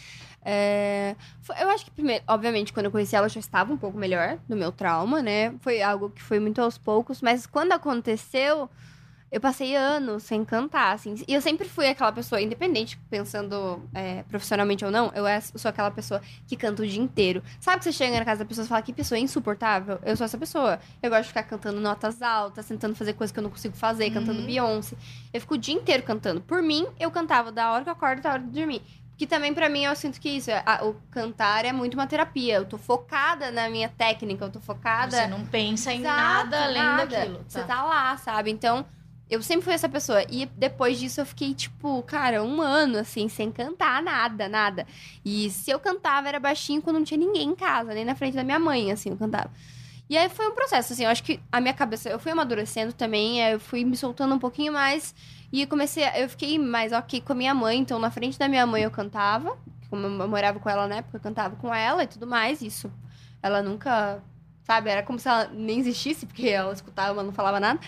É... Eu acho que, primeiro, obviamente, quando eu conheci ela, eu já estava um pouco melhor do meu trauma, né? Foi algo que foi muito aos poucos, mas quando aconteceu... Eu passei anos sem cantar, assim. E eu sempre fui aquela pessoa, independente, pensando é, profissionalmente ou não, eu sou aquela pessoa que canta o dia inteiro. Sabe que você chega na casa da pessoa e fala, que pessoa insuportável? Eu sou essa pessoa. Eu gosto de ficar cantando notas altas, tentando fazer coisas que eu não consigo fazer, uhum. cantando Beyoncé. Eu fico o dia inteiro cantando. Por mim, eu cantava da hora que eu acordo até a hora de dormir. Que também, pra mim, eu sinto que isso, a, o cantar é muito uma terapia. Eu tô focada na minha técnica, eu tô focada... Você não pensa em Exato, nada além nada. daquilo. Tá. Você tá lá, sabe? Então... Eu sempre fui essa pessoa. E depois disso eu fiquei, tipo, cara, um ano, assim, sem cantar nada, nada. E se eu cantava, era baixinho quando não tinha ninguém em casa, nem na frente da minha mãe, assim, eu cantava. E aí foi um processo, assim, eu acho que a minha cabeça... Eu fui amadurecendo também, eu fui me soltando um pouquinho mais. E comecei... Eu fiquei mais ok com a minha mãe. Então, na frente da minha mãe eu cantava. Como eu morava com ela na época, eu cantava com ela e tudo mais. Isso, ela nunca... Sabe, era como se ela nem existisse, porque ela escutava, mas não falava nada.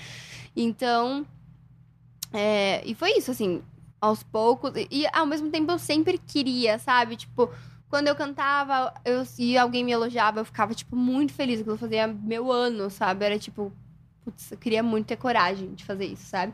Então, é, e foi isso, assim, aos poucos. E, e ao mesmo tempo eu sempre queria, sabe? Tipo, quando eu cantava eu, e alguém me elogiava, eu ficava, tipo, muito feliz. Aquilo fazia meu ano, sabe? Era tipo, putz, eu queria muito ter coragem de fazer isso, sabe?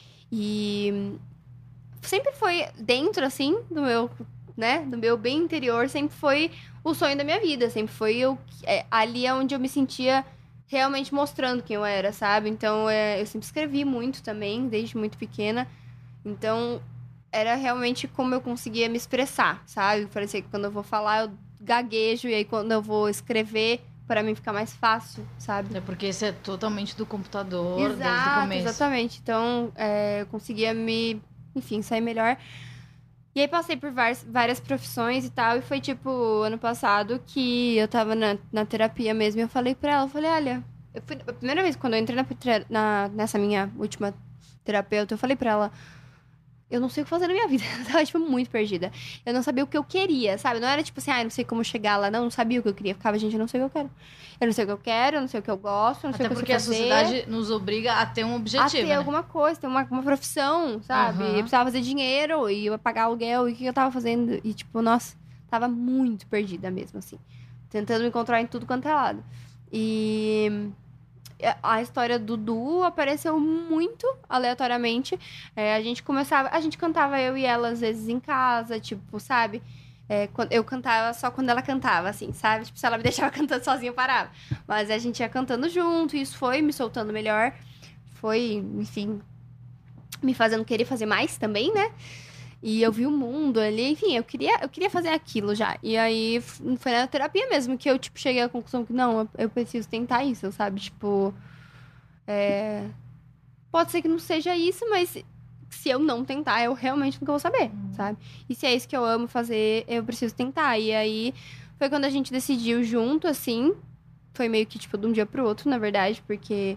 E sempre foi dentro, assim, do meu, né? Do meu bem interior, sempre foi o sonho da minha vida. Sempre foi eu, é, ali onde eu me sentia... realmente mostrando quem eu era, sabe? Então, é, eu sempre escrevi muito também, desde muito pequena. Então, era realmente como eu conseguia me expressar, sabe? Parecia que quando eu vou falar, eu gaguejo, e aí quando eu vou escrever, para mim fica mais fácil, sabe? É porque isso é totalmente do computador, desde o Exato, começo. exatamente. Então, é, eu conseguia me, enfim, sair melhor. E aí passei por várias, várias profissões e tal, e foi tipo, ano passado, que eu tava na, na terapia mesmo, e eu falei pra ela, eu falei, olha, eu fui, a primeira vez quando eu entrei na, na, nessa minha última terapeuta, eu falei pra ela, eu não sei o que fazer na minha vida. Eu tava, tipo, muito perdida. Eu não sabia o que eu queria, sabe? Não era tipo assim, ah, não sei como chegar lá. Não, não sabia o que eu queria. Eu ficava, gente, eu não sei o que eu quero. Eu não sei o que eu quero, eu não sei o que eu gosto, eu não sei Até o que porque eu a sei fazer. sociedade nos obriga a ter um A objetivo, ter né? alguma coisa, ter uma, uma profissão, sabe? Uhum. Eu precisava fazer dinheiro, e eu ia pagar aluguel, e o que eu tava fazendo? E, tipo, nossa, tava muito perdida mesmo, assim. Tentando me encontrar em tudo quanto é lado. E... a história do Du apareceu muito aleatoriamente. É, a gente começava... A gente cantava eu e ela, às vezes, em casa, tipo, sabe? É, eu cantava só quando ela cantava, assim, sabe? Tipo, se ela me deixava cantando sozinha, eu parava. Mas a gente ia cantando junto, e isso foi me soltando melhor. Foi, enfim, me fazendo querer fazer mais também, né? E eu vi o mundo ali, enfim, eu queria, eu queria fazer aquilo já. E aí, foi na terapia mesmo que eu, tipo, cheguei à conclusão que, não, eu, eu preciso tentar isso, sabe? Tipo, é... pode ser que não seja isso, mas se eu não tentar, eu realmente nunca vou saber, Hum. sabe? E se é isso que eu amo fazer, eu preciso tentar. E aí, foi quando a gente decidiu junto, assim, foi meio que, tipo, de um dia pro outro, na verdade, porque...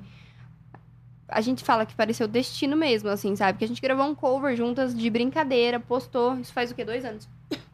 a gente fala que pareceu destino mesmo, assim, sabe? Que a gente gravou um cover juntas de brincadeira, postou, isso faz o quê? Dois anos.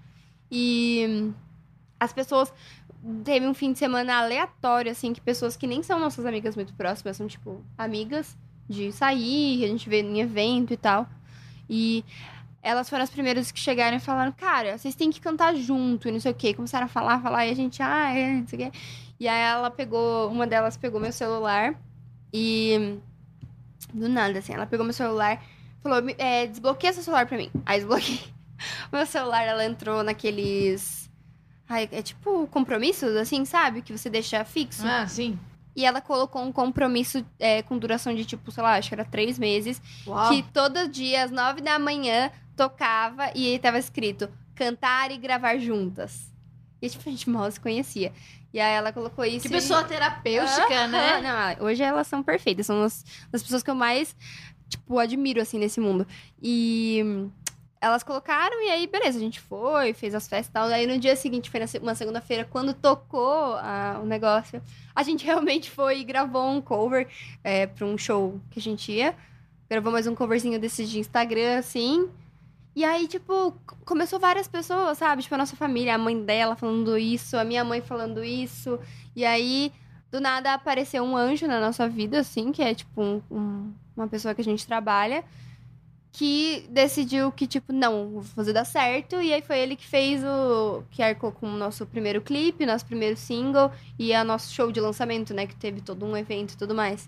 E as pessoas... teve um fim de semana aleatório, assim, que pessoas que nem são nossas amigas muito próximas, são, tipo, amigas de sair, que a gente vê em evento e tal. E elas foram as primeiras que chegaram e falaram, cara, vocês têm que cantar junto e não sei o quê. Começaram a falar, falar, e a gente, ah, é, não sei o quê. E aí ela pegou, uma delas pegou meu celular e... do nada, assim, ela pegou meu celular, falou, é, desbloqueia seu celular pra mim. Aí desbloqueei o meu celular, ela entrou naqueles... ai, é tipo compromissos, assim, sabe? Que você deixa fixo. Ah, sim. E ela colocou um compromisso é, com duração de, tipo, sei lá, acho que era três meses. Uau. Que todo dia, às nove da manhã, tocava e aí tava escrito cantar e gravar juntas. E, tipo, a gente mal se conhecia. E aí ela colocou isso. Que e... pessoa terapêutica, Aham, né? Não, hoje elas são perfeitas. São as, as pessoas que eu mais, tipo, admiro, assim, nesse mundo. E elas colocaram e aí, beleza, a gente foi, fez as festas e tal. Aí no dia seguinte, foi uma segunda-feira, quando tocou a, o negócio, a gente realmente foi e gravou um cover é, pra um show que a gente ia. Gravou mais um coverzinho desses de Instagram, assim. E aí, tipo, começou várias pessoas, sabe? Tipo, a nossa família, a mãe dela falando isso, a minha mãe falando isso. E aí, do nada, apareceu um anjo na nossa vida, assim, que é, tipo, um, um, uma pessoa que a gente trabalha, que decidiu que, tipo, não, vou fazer dar certo. E aí foi ele que fez o... que arcou com o nosso primeiro clipe, nosso primeiro single e o nosso show de lançamento, né? Que teve todo um evento e tudo mais.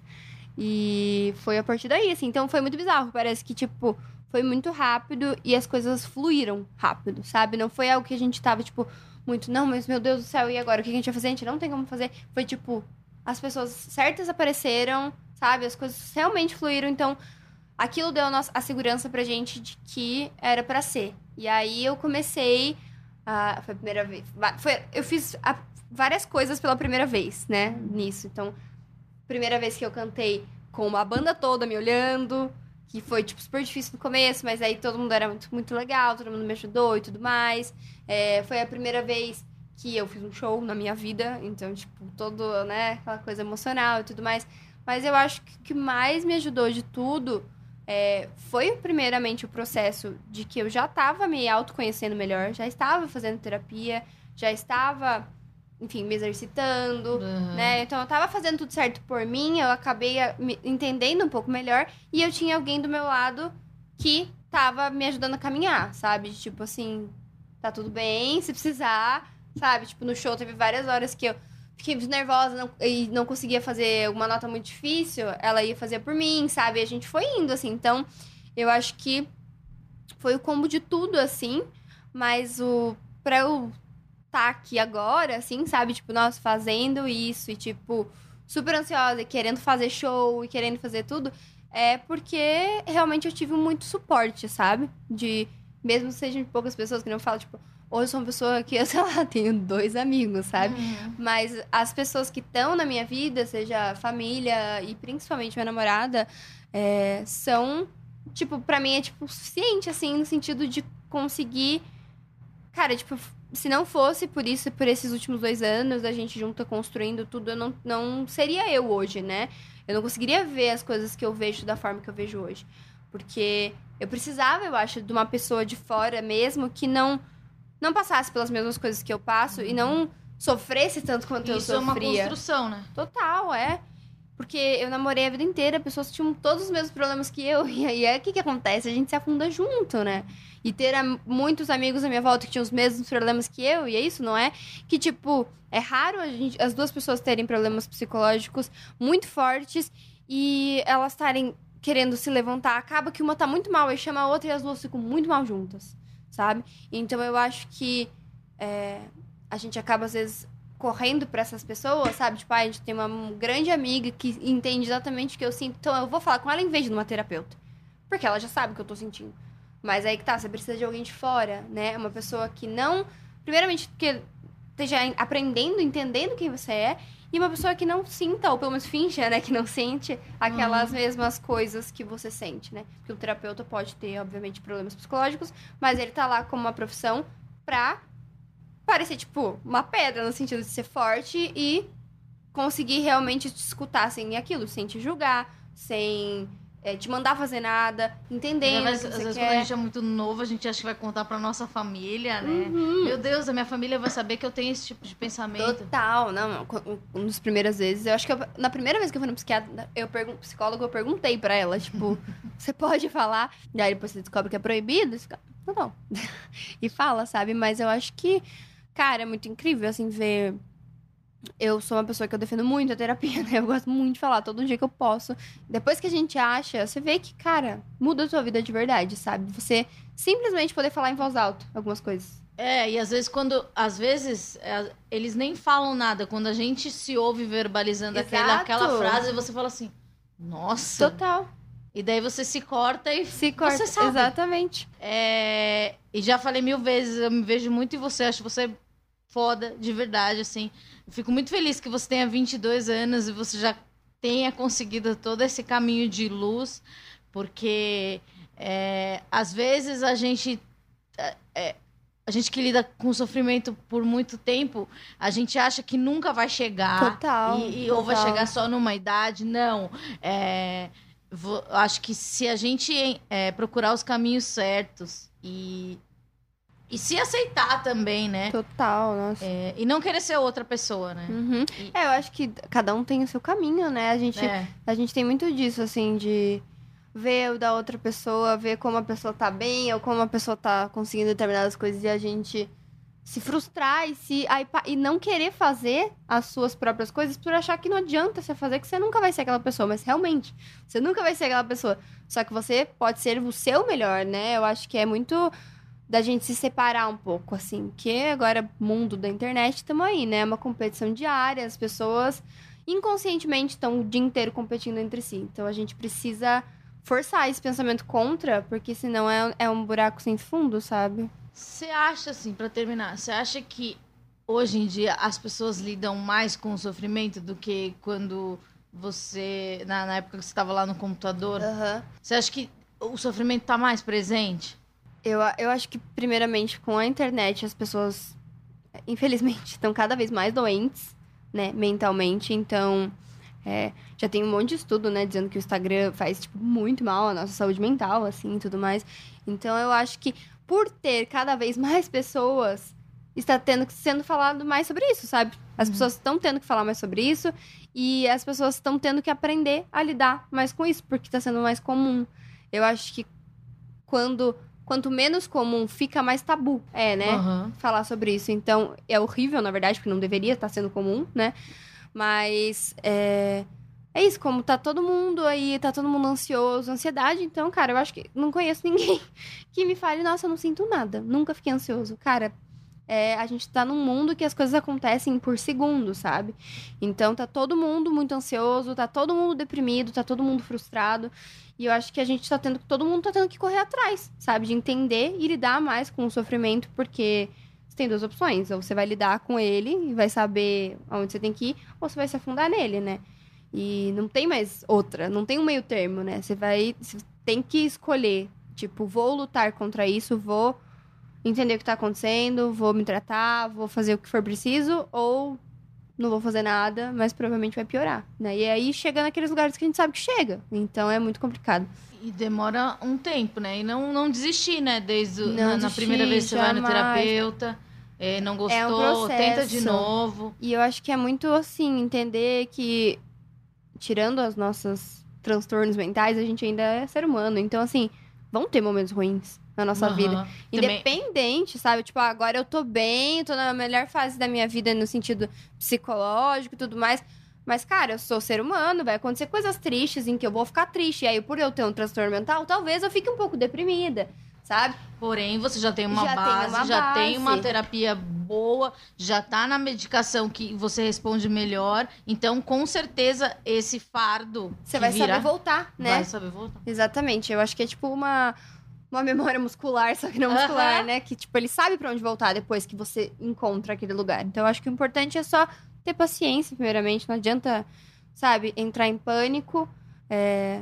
E foi a partir daí, assim. Então, foi muito bizarro. Parece que, tipo... foi muito rápido e as coisas fluíram rápido, sabe? Não foi algo que a gente tava, tipo, muito, não, mas meu Deus do céu, e agora? O que a gente vai fazer? A gente não tem como fazer. Foi, tipo, as pessoas certas apareceram, sabe? As coisas realmente fluíram, então aquilo deu a, nossa, a segurança pra gente de que era pra ser. E aí eu comecei, a, foi a primeira vez, foi, eu fiz a, várias coisas pela primeira vez, né, nisso. Então, primeira vez que eu cantei com uma banda toda me olhando... que foi, tipo, super difícil no começo, mas aí todo mundo era muito, muito legal, todo mundo me ajudou e tudo mais. É, foi a primeira vez que eu fiz um show na minha vida, então, tipo, todo, né, aquela coisa emocional e tudo mais. Mas eu acho que o que mais me ajudou de tudo é, foi, primeiramente, o processo de que eu já estava me autoconhecendo melhor, já estava fazendo terapia, já estava... enfim, me exercitando, Uhum. né? Então, eu tava fazendo tudo certo por mim, eu acabei me entendendo um pouco melhor. E eu tinha alguém do meu lado que tava me ajudando a caminhar, sabe? Tipo assim, tá tudo bem, se precisar, sabe? Tipo, no show teve várias horas que eu fiquei nervosa não, e não conseguia fazer uma nota muito difícil. Ela ia fazer por mim, sabe? E a gente foi indo, assim. Então, eu acho que foi o combo de tudo, assim. Mas o... pra eu... tá aqui agora, assim, sabe? Tipo, nós fazendo isso e, tipo, super ansiosa e querendo fazer show e querendo fazer tudo, é porque realmente eu tive muito suporte, sabe? De mesmo que sejam poucas pessoas, que não falam, tipo, hoje eu sou uma pessoa que, eu, sei lá, tenho dois amigos, sabe? Uhum. Mas as pessoas que estão na minha vida, seja família e principalmente minha namorada, é, são, tipo, pra mim é, tipo, suficiente, assim, no sentido de conseguir... Cara, tipo, se não fosse por isso, por esses últimos dois anos, da gente junta construindo tudo, eu não, não seria eu hoje, né? Eu não conseguiria ver as coisas que eu vejo da forma que eu vejo hoje. Porque eu precisava, eu acho, de uma pessoa de fora mesmo que não, não passasse pelas mesmas coisas que eu passo uhum. e não sofresse tanto quanto Isso eu sofria. Isso é uma construção, né? Total, é. Porque eu namorei a vida inteira, pessoas que tinham todos os mesmos problemas que eu. E aí, o que que acontece? A gente se afunda junto, né? E ter a, muitos amigos à minha volta que tinham os mesmos problemas que eu. E é isso, não é? Que, tipo, é raro a gente, as duas pessoas terem problemas psicológicos muito fortes e elas estarem querendo se levantar. Acaba que uma tá muito mal, aí chama a outra e as duas ficam muito mal juntas, sabe? Então, eu acho que é, a gente acaba, às vezes... correndo pra essas pessoas, sabe? Tipo, ah, a gente tem uma grande amiga que entende exatamente o que eu sinto. Então, eu vou falar com ela em vez de uma terapeuta. Porque ela já sabe o que eu tô sentindo. Mas aí que tá, você precisa de alguém de fora, né? Uma pessoa que não... Primeiramente, que esteja aprendendo, entendendo quem você é. E uma pessoa que não sinta, ou pelo menos finja, né? Que não sente aquelas uhum. mesmas coisas que você sente, né? Porque o terapeuta pode ter, obviamente, problemas psicológicos. Mas ele tá lá como uma profissão pra... parecer, tipo, uma pedra, no sentido de ser forte e conseguir realmente te escutar sem aquilo, sem te julgar, sem é, te mandar fazer nada, entendendo mas, o que às você vezes, quer. quando a gente é muito novo, a gente acha que vai contar pra nossa família, né? Uhum. Meu Deus, a minha família vai saber que eu tenho esse tipo de pensamento. Total, não, uma das primeiras vezes, eu acho que eu, na primeira vez que eu fui no psiquiatra, eu pergun- psicólogo, eu perguntei pra ela, tipo, você pode falar? E aí depois você descobre que é proibido, você fica, não, não. E fala, sabe? Mas eu acho que cara, é muito incrível, assim, ver... Eu sou uma pessoa que eu defendo muito a terapia, né? Eu gosto muito de falar todo dia que eu posso. Depois que a gente acha, você vê que, cara, muda a sua vida de verdade, sabe? Você simplesmente poder falar em voz alta algumas coisas. É, e às vezes quando... Às vezes, é, eles nem falam nada. Quando a gente se ouve verbalizando aquela, aquela frase, você fala assim... Nossa! Total. E daí você se corta e se corta, você sabe. Exatamente. É, e já falei mil vezes, eu me vejo muito em você, acho você foda, de verdade, assim. Eu fico muito feliz que você tenha vinte e dois anos e você já tenha conseguido todo esse caminho de luz, porque é, às vezes a gente... É, a gente que lida com sofrimento por muito tempo, a gente acha que nunca vai chegar. Total. E, e total. Ou vai chegar só numa idade. Não. É... Vou, acho que se a gente é, procurar os caminhos certos e, e se aceitar também, né? Total, nossa. É, e não querer ser outra pessoa, né? Uhum. E... É, eu acho que cada um tem o seu caminho, né? A gente, é. a gente tem muito disso, assim, de ver o da outra pessoa, ver como a pessoa tá bem ou como a pessoa tá conseguindo determinadas coisas e a gente... se frustrar e, se, aí, e não querer fazer as suas próprias coisas por achar que não adianta você fazer, que você nunca vai ser aquela pessoa. Mas realmente, você nunca vai ser aquela pessoa. Só que você pode ser o seu melhor, né? Eu acho que é muito da gente se separar um pouco, assim. Porque agora, mundo da internet, estamos aí, né? É uma competição diária, as pessoas inconscientemente estão o dia inteiro competindo entre si. Então, a gente precisa forçar esse pensamento contra, porque senão é, é um buraco sem fundo, sabe? Você acha, assim, pra terminar, você acha que hoje em dia as pessoas lidam mais com o sofrimento do que quando você, na, na época que você estava lá no computador? Uhum. Você acha que o sofrimento tá mais presente? Eu, eu acho que, primeiramente, com a internet, as pessoas, infelizmente, estão cada vez mais doentes, né, mentalmente. Então, é, já tem um monte de estudo, né, dizendo que o Instagram faz, tipo, muito mal à nossa saúde mental, assim, e tudo mais. Então, eu acho que por ter cada vez mais pessoas, está tendo, sendo falado mais sobre isso, sabe? As uhum. pessoas estão tendo que falar mais sobre isso e as pessoas estão tendo que aprender a lidar mais com isso, porque está sendo mais comum. Eu acho que quando, quanto menos comum, fica mais tabu, é, né? Uhum. Falar sobre isso. Então, é horrível, na verdade, porque não deveria estar sendo comum, né? Mas, é... É isso, como tá todo mundo aí, tá todo mundo ansioso, ansiedade. Então, cara, eu acho que não conheço ninguém que me fale, nossa, eu não sinto nada, nunca fiquei ansioso. Cara, é, a gente tá num mundo que as coisas acontecem por segundo, sabe? Então tá todo mundo muito ansioso, tá todo mundo deprimido, tá todo mundo frustrado. E eu acho que a gente tá tendo, todo mundo tá tendo que correr atrás, sabe? De entender e lidar mais com o sofrimento, porque você tem duas opções. Ou você vai lidar com ele e vai saber aonde você tem que ir, ou você vai se afundar nele, né? E não tem mais outra, não tem um meio termo, né? Você vai, você tem que escolher, tipo, vou lutar contra isso, vou entender o que tá acontecendo, vou me tratar, vou fazer o que for preciso, ou não vou fazer nada, mas provavelmente vai piorar, né? E aí chega naqueles lugares que a gente sabe que chega. Então é muito complicado. E demora um tempo, né? E não, não desistir, né? Desde o- Não na, na desistir, primeira vez que você vai no jamais. terapeuta, é, não gostou, É um processo. tenta de novo. E eu acho que é muito assim, entender que, tirando os nossos transtornos mentais, a gente ainda é ser humano. Então, assim, vão ter momentos ruins na nossa Aham. vida. Também- Independente, sabe? Tipo, ah, agora eu tô bem, tô na melhor fase da minha vida no sentido psicológico e tudo mais. Mas, cara, eu sou ser humano, vai acontecer coisas tristes em que eu vou ficar triste. E aí, por eu ter um transtorno mental, talvez eu fique um pouco deprimida, sabe? Porém, você já tem uma Já tem base, uma já tem uma base. terapia boa, já tá na medicação que você responde melhor. Então, com certeza, esse fardo Você que vai virá, saber voltar, né? vai saber voltar. Exatamente. Eu acho que é tipo uma, uma memória muscular, só que não muscular, Aham. né? Que, tipo, ele sabe pra onde voltar depois que você encontra aquele lugar. Então, eu acho que o importante é só ter paciência, primeiramente. Não adianta, sabe, entrar em pânico. É...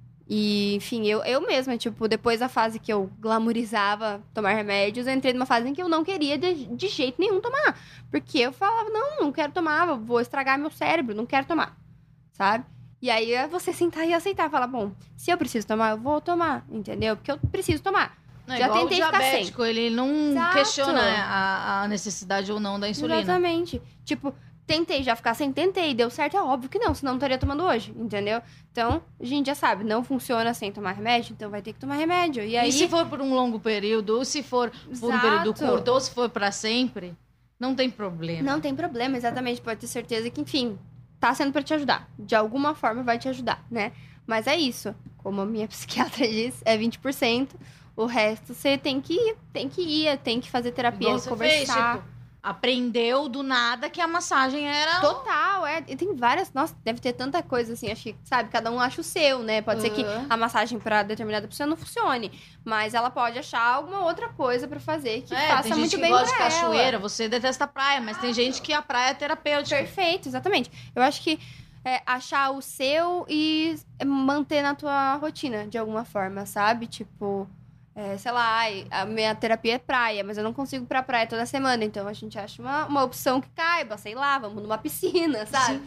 E, enfim, eu, eu mesma, tipo, depois da fase que eu glamourizava tomar remédios, eu entrei numa fase em que eu não queria de, de jeito nenhum tomar. Porque eu falava, não, não quero tomar, vou estragar meu cérebro, não quero tomar, sabe? E aí é você sentar e aceitar, falar, bom, se eu preciso tomar, eu vou tomar, entendeu? Porque eu preciso tomar. É Já igual tentei o ficar sem. diabético, ele não Exato. questiona a, a necessidade ou não da insulina. Exatamente. Tipo, tentei já ficar sem, tentei, deu certo, é óbvio que não, senão não estaria tomando hoje, entendeu? Então, a gente já sabe, não funciona sem tomar remédio, então vai ter que tomar remédio. E aí, E se for por um longo período, ou se for por um período Exato. curto, ou se for pra sempre, não tem problema. não tem problema, exatamente, pode ter certeza que, enfim, tá sendo pra te ajudar. De alguma forma vai te ajudar, né? Mas é isso, como a minha psiquiatra diz, é vinte por cento, o resto você tem que ir, tem que ir, tem que fazer terapia, Igual você fez, conversar. tipo, aprendeu do nada que a massagem era... Total, é. E tem várias. Nossa, deve ter tanta coisa assim. Acho que, sabe, cada um acha o seu, né? Pode ser que Uhum. a massagem pra determinada pessoa não funcione. Mas ela pode achar alguma outra coisa pra fazer que É, faça tem gente muito que bem gosta de pra cachoeira, ela. você detesta a praia, mas tem gente que a praia é terapêutica. Perfeito, exatamente. Eu acho que é achar o seu e manter na tua rotina, de alguma forma, sabe? Tipo. É, sei lá, ai, a minha terapia é praia, mas eu não consigo ir pra praia toda semana. Então a gente acha uma, uma opção que caiba, sei lá, vamos numa piscina, sabe?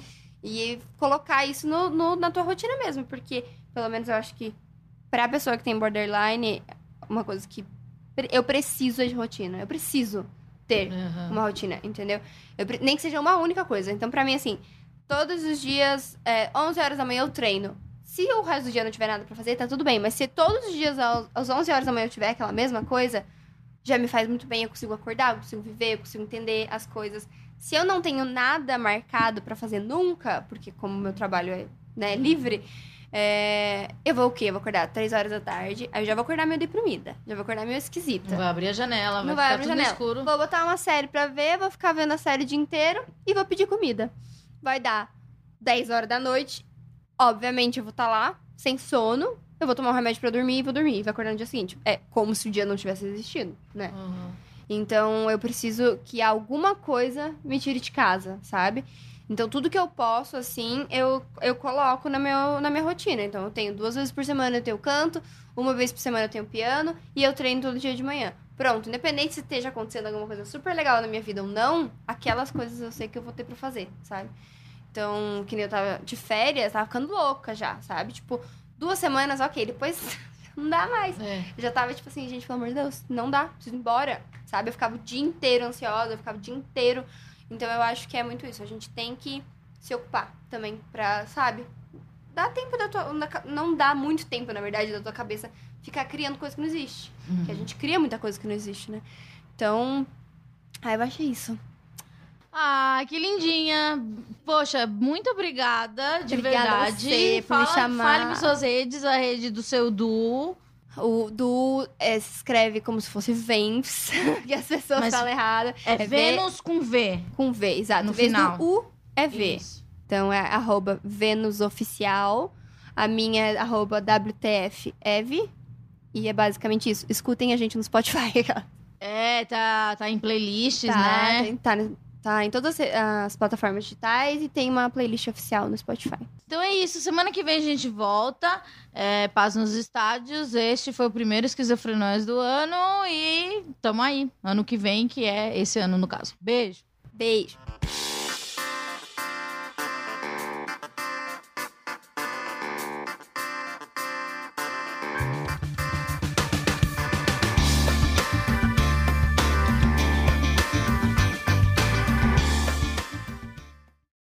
E colocar isso no, no- na tua rotina mesmo, porque pelo menos eu acho que pra pessoa que tem borderline, uma coisa que pre- eu preciso é de rotina. Eu preciso ter Uhum. uma rotina, entendeu? Eu pre- nem que seja uma única coisa. Então, pra mim, assim, todos os dias, é, onze horas da manhã eu treino. Se o resto do dia não tiver nada pra fazer, tá tudo bem. Mas se todos os dias, aos, às onze horas da manhã, eu tiver aquela mesma coisa, já me faz muito bem. Eu consigo acordar, eu consigo viver, eu consigo entender as coisas. Se eu não tenho nada marcado pra fazer nunca, porque como meu trabalho é, né, livre, é, eu vou o quê? Eu vou acordar três horas da tarde, aí eu já vou acordar meio deprimida. Já vou acordar meio esquisita. Não vai abrir a janela, Não vai vai ficar abrir tudo no janela. escuro. Vou botar uma série pra ver, vou ficar vendo a série o dia inteiro e vou pedir comida. Vai dar dez horas da noite. Obviamente, eu vou estar lá, sem sono. Eu vou tomar um remédio pra dormir e vou dormir. E vai acordar no dia seguinte. É como se o dia não tivesse existido, né? Uhum. Então, eu preciso que alguma coisa me tire de casa, sabe? Então, tudo que eu posso, assim, eu, eu coloco na, meu, na minha rotina. Então, eu tenho duas vezes por semana eu tenho canto, uma vez por semana eu tenho piano e eu treino todo dia de manhã. Pronto, independente se esteja acontecendo alguma coisa super legal na minha vida ou não, aquelas coisas eu sei que eu vou ter pra fazer, sabe? Então, que nem eu tava de férias, tava ficando louca já, sabe? Tipo, duas semanas, ok, depois não dá mais. É. Eu já tava, tipo assim, gente, pelo amor de Deus, não dá, preciso ir embora, sabe? Eu ficava o dia inteiro ansiosa, eu ficava o dia inteiro. Então, eu acho que é muito isso. A gente tem que se ocupar também pra, sabe? Dá tempo da tua... Não dá muito tempo, na verdade, da tua cabeça ficar criando coisa que não existe. Uhum. Porque a gente cria muita coisa que não existe, né? Então, aí eu achei isso. Ah, que lindinha. Poxa, muito obrigada, de Obrigada a verdade. você por me Fala- chamar. Fale-me suas redes, a rede do seu duo. O do é, se escreve como se fosse Vênus, que as pessoas Mas falam errado. É, V- Vênus com V. Com V, exato. No Em vez final. do U, é V. Isso. Então, é arroba VênusOficial. A minha é arroba W T F Ev. E é basicamente isso. Escutem a gente no Spotify. É, tá, tá em playlists, tá, né? tem- tá, tá em todas as plataformas digitais e tem uma playlist oficial no Spotify. Então é isso. Semana que vem a gente volta. É, Paz nos estádios. Este foi o primeiro Esquizofrenóis do ano. E tamo aí. Ano que vem, que é esse ano, no caso. Beijo. Beijo.